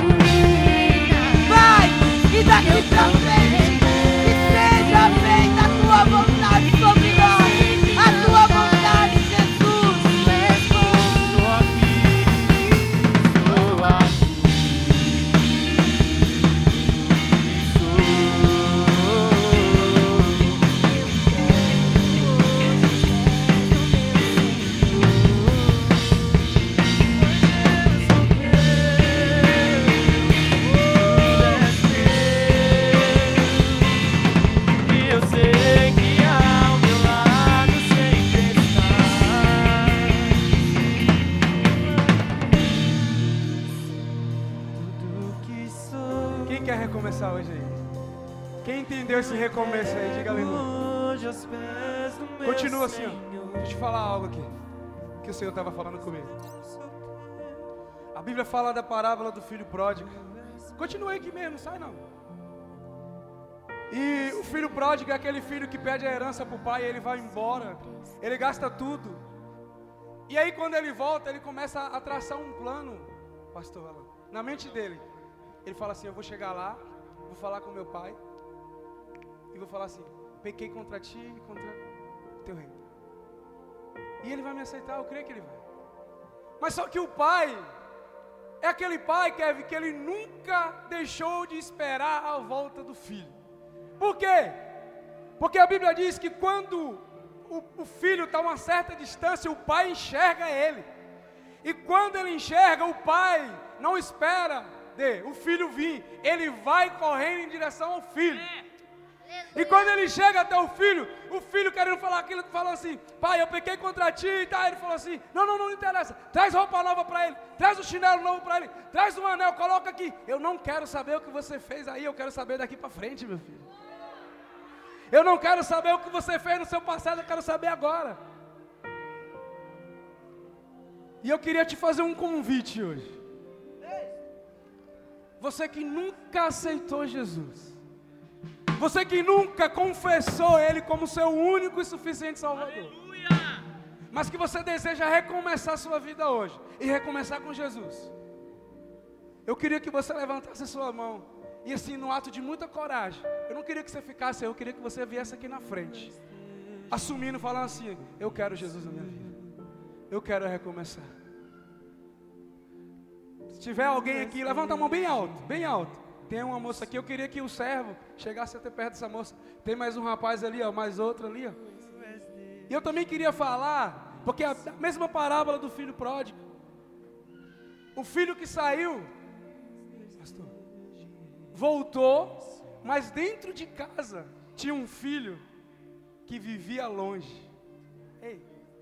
Vai, e daqui pra frente, que seja feita a tua vontade sobre nós. A tua vontade, Jesus. Recomeçar hoje aí. Quem entendeu esse recomeço aí, diga aleluia. Continua assim, ó. Deixa eu te falar algo aqui que o Senhor estava falando comigo. A Bíblia fala da parábola do filho pródigo. Continua aí aqui mesmo, não sai não. E o filho pródigo é aquele filho que pede a herança para o pai e ele vai embora. Ele gasta tudo. E aí quando ele volta, ele começa a traçar um plano, pastor Alan, na mente dele. Ele fala assim, eu vou chegar lá, vou falar com meu pai e vou falar assim, pequei contra ti e contra o teu reino. E ele vai me aceitar, eu creio que ele vai. Mas só que o pai é aquele pai, Kevin, que ele nunca deixou de esperar a volta do filho. Por quê? Porque a Bíblia diz que quando o filho está a uma certa distância, o pai enxerga ele. E quando ele enxerga, o pai não espera o filho vir, ele vai correndo em direção ao filho. E quando ele chega até o filho querendo falar aquilo, falou assim, pai, eu pequei contra ti e tal. Ele falou assim, não interessa, traz roupa nova para ele, traz o chinelo novo para ele, traz um anel, coloca aqui. Eu não quero saber o que você fez aí, eu quero saber daqui para frente, meu filho. Eu não quero saber o que você fez no seu passado, eu quero saber agora. E eu queria te fazer um convite hoje. Você que nunca aceitou Jesus, você que nunca confessou Ele como seu único e suficiente Salvador, aleluia, mas que você deseja recomeçar a sua vida hoje e recomeçar com Jesus, eu queria que você levantasse a sua mão e assim, no ato de muita coragem, eu não queria que você ficasse aí, eu queria que você viesse aqui na frente, assumindo, falando assim: eu quero Jesus na minha vida, eu quero recomeçar. Se tiver alguém aqui, levanta a mão bem alto, bem alto. Tem uma moça aqui, eu queria que o servo chegasse até perto dessa moça. Tem mais um rapaz ali, ó, mais outro ali, ó. E eu também queria falar, porque a mesma parábola do filho pródigo. O filho que saiu, pastor, voltou, mas dentro de casa tinha um filho que vivia longe. Ei,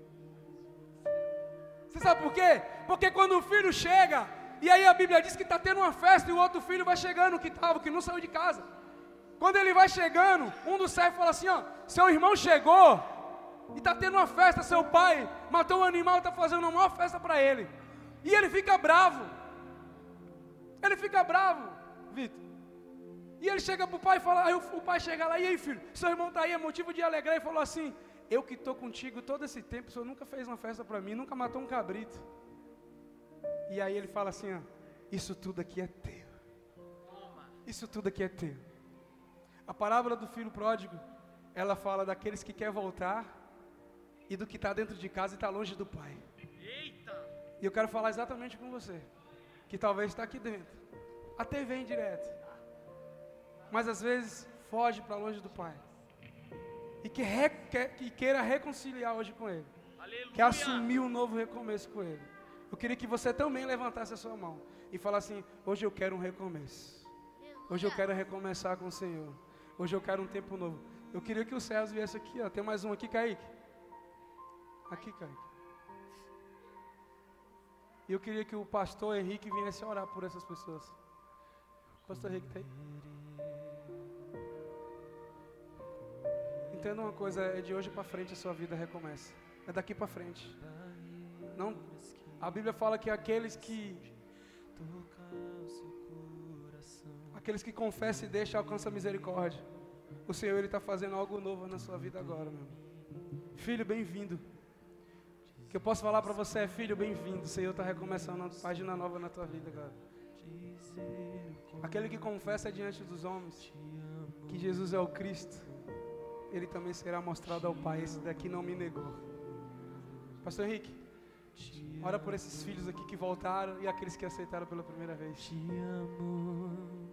você sabe por quê? Porque quando o filho chega, e aí a Bíblia diz que está tendo uma festa, e o outro filho vai chegando, que não saiu de casa. Quando ele vai chegando, um dos servos fala assim: ó, seu irmão chegou, e está tendo uma festa, seu pai matou um animal e está fazendo uma maior festa para ele. E ele fica bravo. Ele fica bravo, Vitor. E ele chega para o pai e fala, aí o pai chega lá: e aí, filho, seu irmão está aí, é motivo de alegrar. E falou assim: eu que estou contigo todo esse tempo, o senhor nunca fez uma festa para mim, nunca matou um cabrito. E aí ele fala assim: ó, isso tudo aqui é teu. Isso tudo aqui é teu. A parábola do filho pródigo, ela fala daqueles que querem voltar e do que está dentro de casa e está longe do pai. Eita! E eu quero falar exatamente com você, que talvez está aqui dentro, até vem direto, mas às vezes foge para longe do pai, e que queira reconciliar hoje com ele. Aleluia. Quer assumir um novo recomeço com ele. Eu queria que você também levantasse a sua mão e falasse assim: hoje eu quero um recomeço, hoje eu quero recomeçar com o Senhor, hoje eu quero um tempo novo. Eu queria que o César viesse aqui, ó. Tem mais um aqui, Kaique. Aqui, Kaique. E eu queria que o pastor Henrique viesse orar por essas pessoas. O pastor Henrique está aí? Entenda uma coisa, é de hoje para frente a sua vida recomeça. É daqui para frente. Não, a Bíblia fala que aqueles que confessam e deixam alcançam a misericórdia. O Senhor, Ele está fazendo algo novo na sua vida agora, meu irmão. Filho, bem-vindo. O que eu posso falar para você é: filho, bem-vindo. O Senhor está recomeçando uma página nova na tua vida agora. Aquele que confessa diante dos homens que Jesus é o Cristo, ele também será mostrado ao Pai. Esse daqui não me negou. Pastor Henrique, ora por esses filhos aqui que voltaram e aqueles que aceitaram pela primeira vez. Te amo.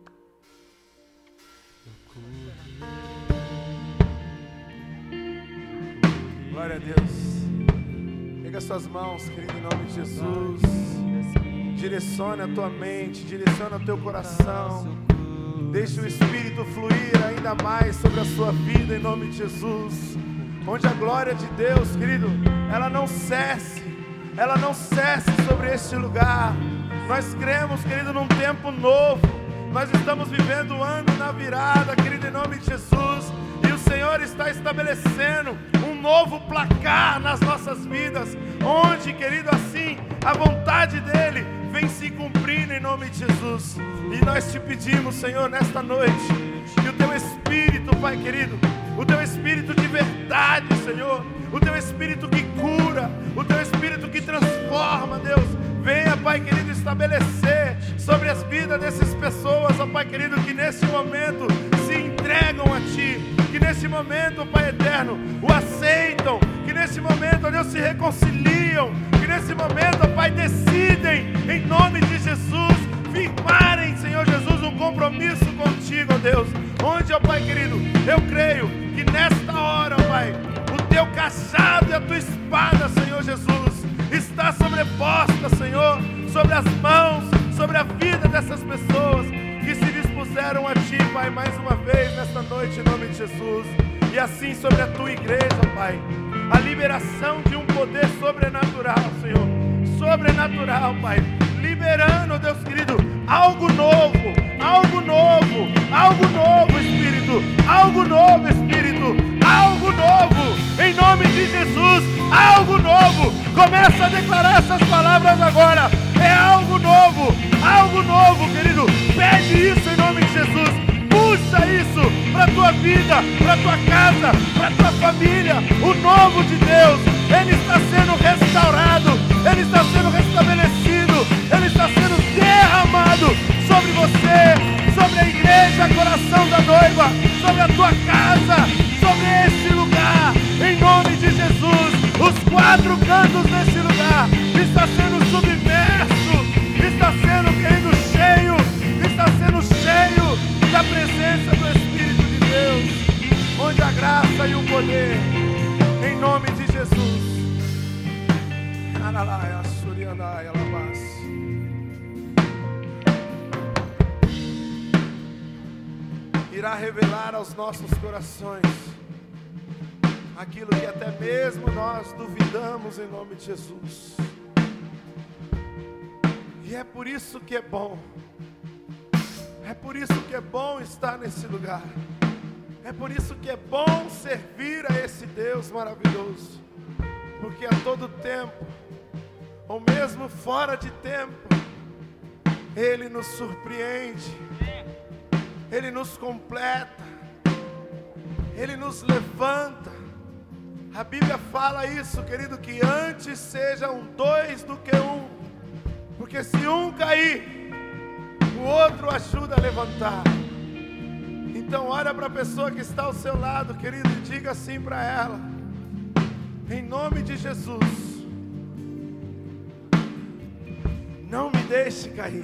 Glória a Deus. Pega suas mãos, querido, em nome de Jesus. Direcione a tua mente, direcione o teu coração. Deixe o Espírito fluir ainda mais sobre a sua vida, em nome de Jesus. Onde a glória de Deus, querido, ela não cesse sobre este lugar. Nós cremos, querido, num tempo novo. Nós estamos vivendo o ano na virada, querido, em nome de Jesus. E o Senhor está estabelecendo um novo placar nas nossas vidas, onde, querido, assim, a vontade dEle vem se cumprindo em nome de Jesus. E nós te pedimos, Senhor, nesta noite, que o Teu Espírito, Pai querido, o Teu Espírito de verdade, Senhor, o Teu Espírito que cura, o Teu Espírito que transforma, Deus, venha, Pai querido, estabelecer sobre as vidas dessas pessoas, ó Pai querido, que nesse momento se entregam a Ti, que nesse momento, Pai eterno, o aceitam, que nesse momento, ó Deus, se reconciliam, que nesse momento, ó Pai, decidem, em nome de Jesus, firmarem, Senhor Jesus, um compromisso contigo, ó Deus, onde, ó Pai querido, eu creio que nesta hora, ó Pai, o Teu cajado e a Tua espada, Senhor Jesus, está sobreposta, Senhor, sobre as mãos, sobre a vida dessas pessoas que se dispuseram a Ti, Pai, mais uma vez nesta noite, em nome de Jesus. E assim sobre a Tua igreja, Pai, a liberação de um poder sobrenatural, Senhor, sobrenatural, Pai, liberando, Deus querido, algo novo, Espírito, algo novo, Espírito, algo novo, em nome de Jesus, algo novo. Começa a declarar essas palavras agora. É algo novo, querido. Pede isso em nome de Jesus. Puxa isso para a tua vida, para a tua casa, para a tua família. O novo de Deus Ele está sendo restaurado, Ele está sendo restabelecido, Ele está sendo derramado sobre você, sobre a igreja, coração da noiva, sobre a tua casa, sobre esse lugar, em nome de Jesus. Os 4 cantos desse lugar está sendo submerso, está sendo, querido, cheio, está sendo cheio da presença do Espírito de Deus, onde a graça e o poder, em nome de Jesus. Irá revelar aos nossos corações aquilo que até mesmo nós duvidamos, em nome de Jesus. E é por isso que é bom, é por isso que é bom estar nesse lugar, é por isso que é bom servir a esse Deus maravilhoso, porque a todo tempo, ou mesmo fora de tempo, Ele nos surpreende, Ele nos completa, Ele nos levanta. A Bíblia fala isso, querido, que antes sejam 2 do que 1, porque se um cair, o outro ajuda a levantar. Então olha para a pessoa que está ao seu lado, querido, e diga assim para ela: em nome de Jesus, não me deixe cair.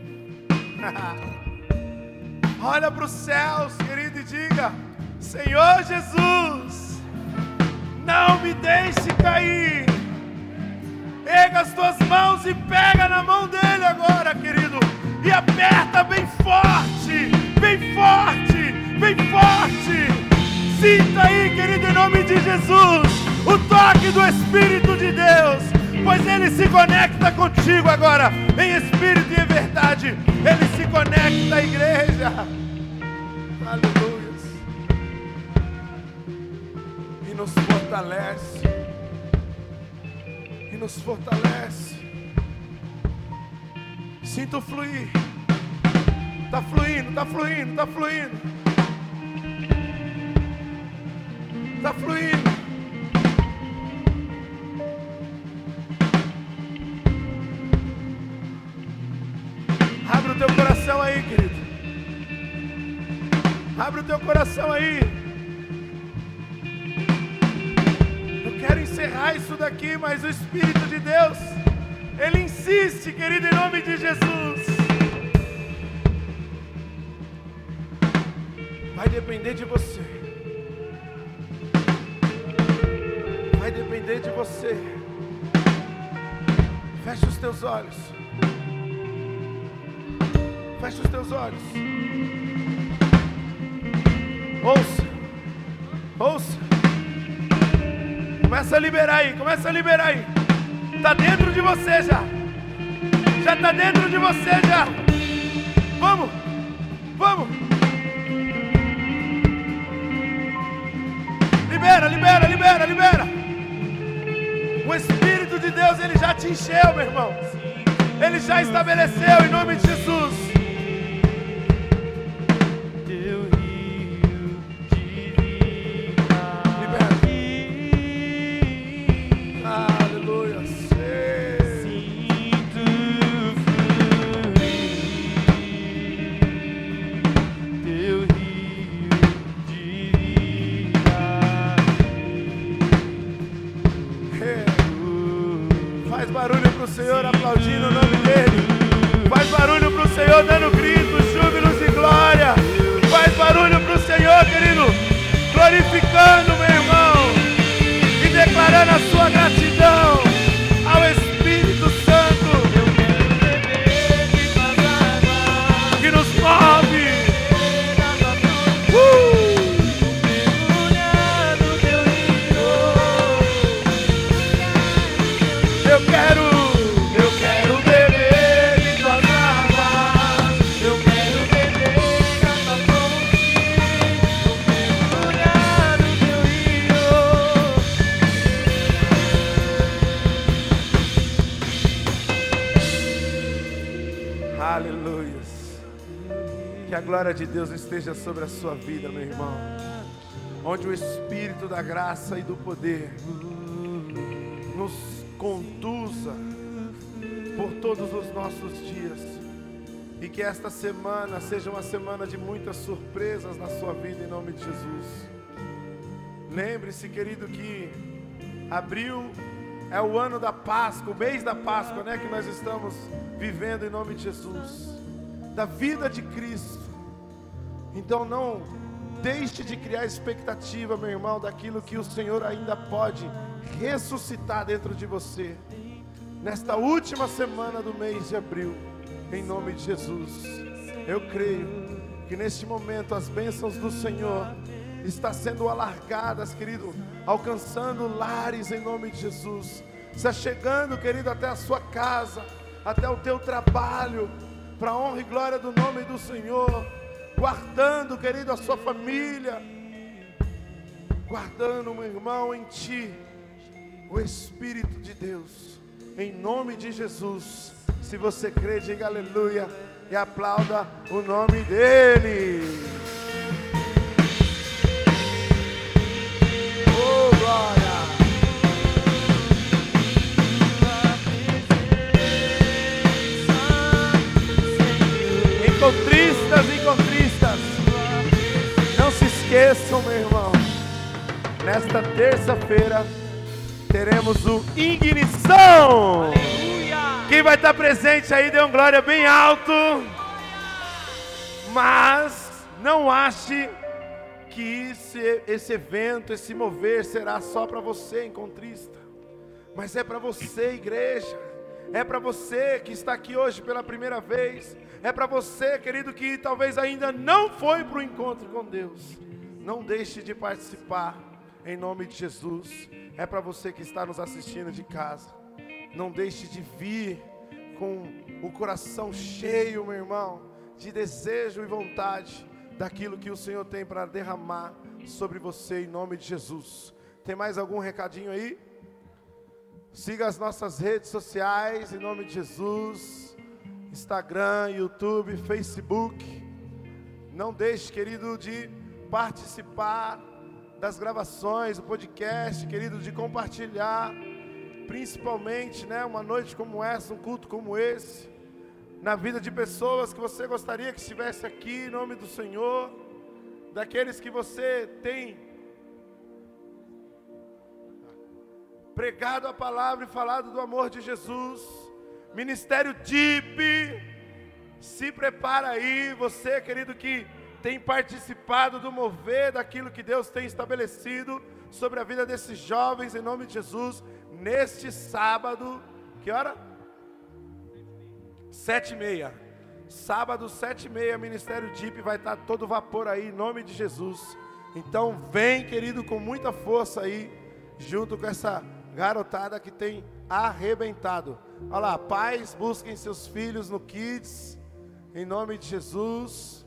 Olha para os céus, querido, e diga: Senhor Jesus, não me deixe cair. Pega as tuas mãos e pega na mão dele agora, querido, e aperta bem forte, bem forte, bem forte. Sinta aí, querido, em nome de Jesus, o toque do Espírito de Deus, pois Ele se conecta contigo agora, em espírito e em verdade. Ele se conecta à igreja. Aleluia. E nos fortalece, e nos fortalece. Sinto fluir. Está fluindo, está fluindo, está fluindo. Está fluindo. Abre o teu coração aí, querido. Abre o teu coração aí. Eu quero encerrar isso daqui, mas o Espírito de Deus, Ele insiste, querido, em nome de Jesus. Vai depender de você. Vai depender de você. Feche os teus olhos. Feche os teus olhos. Ouça. Ouça. Começa a liberar aí. Começa a liberar aí. Está dentro de você já. Já está dentro de você já. Vamos. Vamos. Libera, libera, libera, libera. O Espírito de Deus, Ele já te encheu, meu irmão. Ele já estabeleceu em nome de Jesus. Senhor, aplaudindo o nome dele. Faz barulho para o Senhor, dando gritos, júbilos e glória. Faz barulho para o Senhor, querido, glorificando, meu irmão, e declarando a sua gratidão ao Espírito Santo que nos move. Eu quero que a glória de Deus esteja sobre a sua vida, meu irmão. Onde o Espírito da graça e do poder nos conduza por todos os nossos dias. E que esta semana seja uma semana de muitas surpresas na sua vida, em nome de Jesus. Lembre-se, querido, que abril é o ano da Páscoa, o mês da Páscoa, né, que nós estamos vivendo em nome de Jesus, da vida de Cristo. Então não deixe de criar expectativa, meu irmão, daquilo que o Senhor ainda pode ressuscitar dentro de você, nesta última semana do mês de abril, em nome de Jesus. Eu creio que neste momento as bênçãos do Senhor estão sendo alargadas, querido, alcançando lares em nome de Jesus, está chegando, querido, até a sua casa, até o teu trabalho, para a honra e glória do nome do Senhor, guardando, querido, a sua família, guardando, meu irmão, em ti o Espírito de Deus, em nome de Jesus. Se você crê, diga aleluia e aplauda o nome dEle. Oh, glória! Encontristas, não se esqueçam, meu irmão, nesta terça-feira teremos o Ignição. Aleluia! Quem vai estar presente aí, dê um glória bem alto. Mas não ache que esse evento, esse mover será só para você, encontrista, mas é para você, igreja, é para você que está aqui hoje pela primeira vez, é para você, querido, que talvez ainda não foi para o encontro com Deus. Não deixe de participar, em nome de Jesus. É para você que está nos assistindo de casa. Não deixe de vir com o coração cheio, meu irmão, de desejo e vontade daquilo que o Senhor tem para derramar sobre você, em nome de Jesus. Tem mais algum recadinho aí? Siga as nossas redes sociais, em nome de Jesus. Instagram, YouTube, Facebook. Não deixe, querido, de participar das gravações, do podcast, querido, de compartilhar, principalmente, né, uma noite como essa, um culto como esse, na vida de pessoas que você gostaria que estivesse aqui, em nome do Senhor, daqueles que você tem pregado a palavra e falado do amor de Jesus. Ministério DIP, se prepara aí, você, querido, que tem participado do mover daquilo que Deus tem estabelecido sobre a vida desses jovens, em nome de Jesus, neste sábado, que hora? 7h30, sábado 7h30, Ministério DIP vai estar todo vapor aí, em nome de Jesus. Então vem, querido, com muita força aí, junto com essa garotada que tem arrebentado. Olha lá, pais, busquem seus filhos no Kids, em nome de Jesus.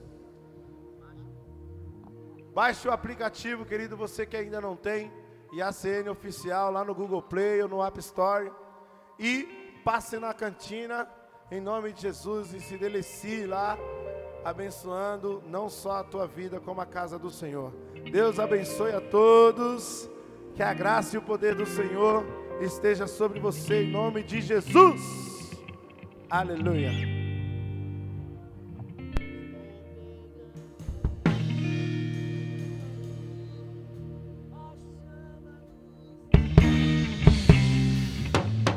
Baixe o aplicativo, querido, você que ainda não tem, IACN Oficial, lá no Google Play ou no App Store. E passe na cantina, em nome de Jesus, e se delicie lá, abençoando não só a tua vida, como a casa do Senhor. Deus abençoe a todos, que a graça e o poder do Senhor esteja sobre você, em nome de Jesus. Aleluia.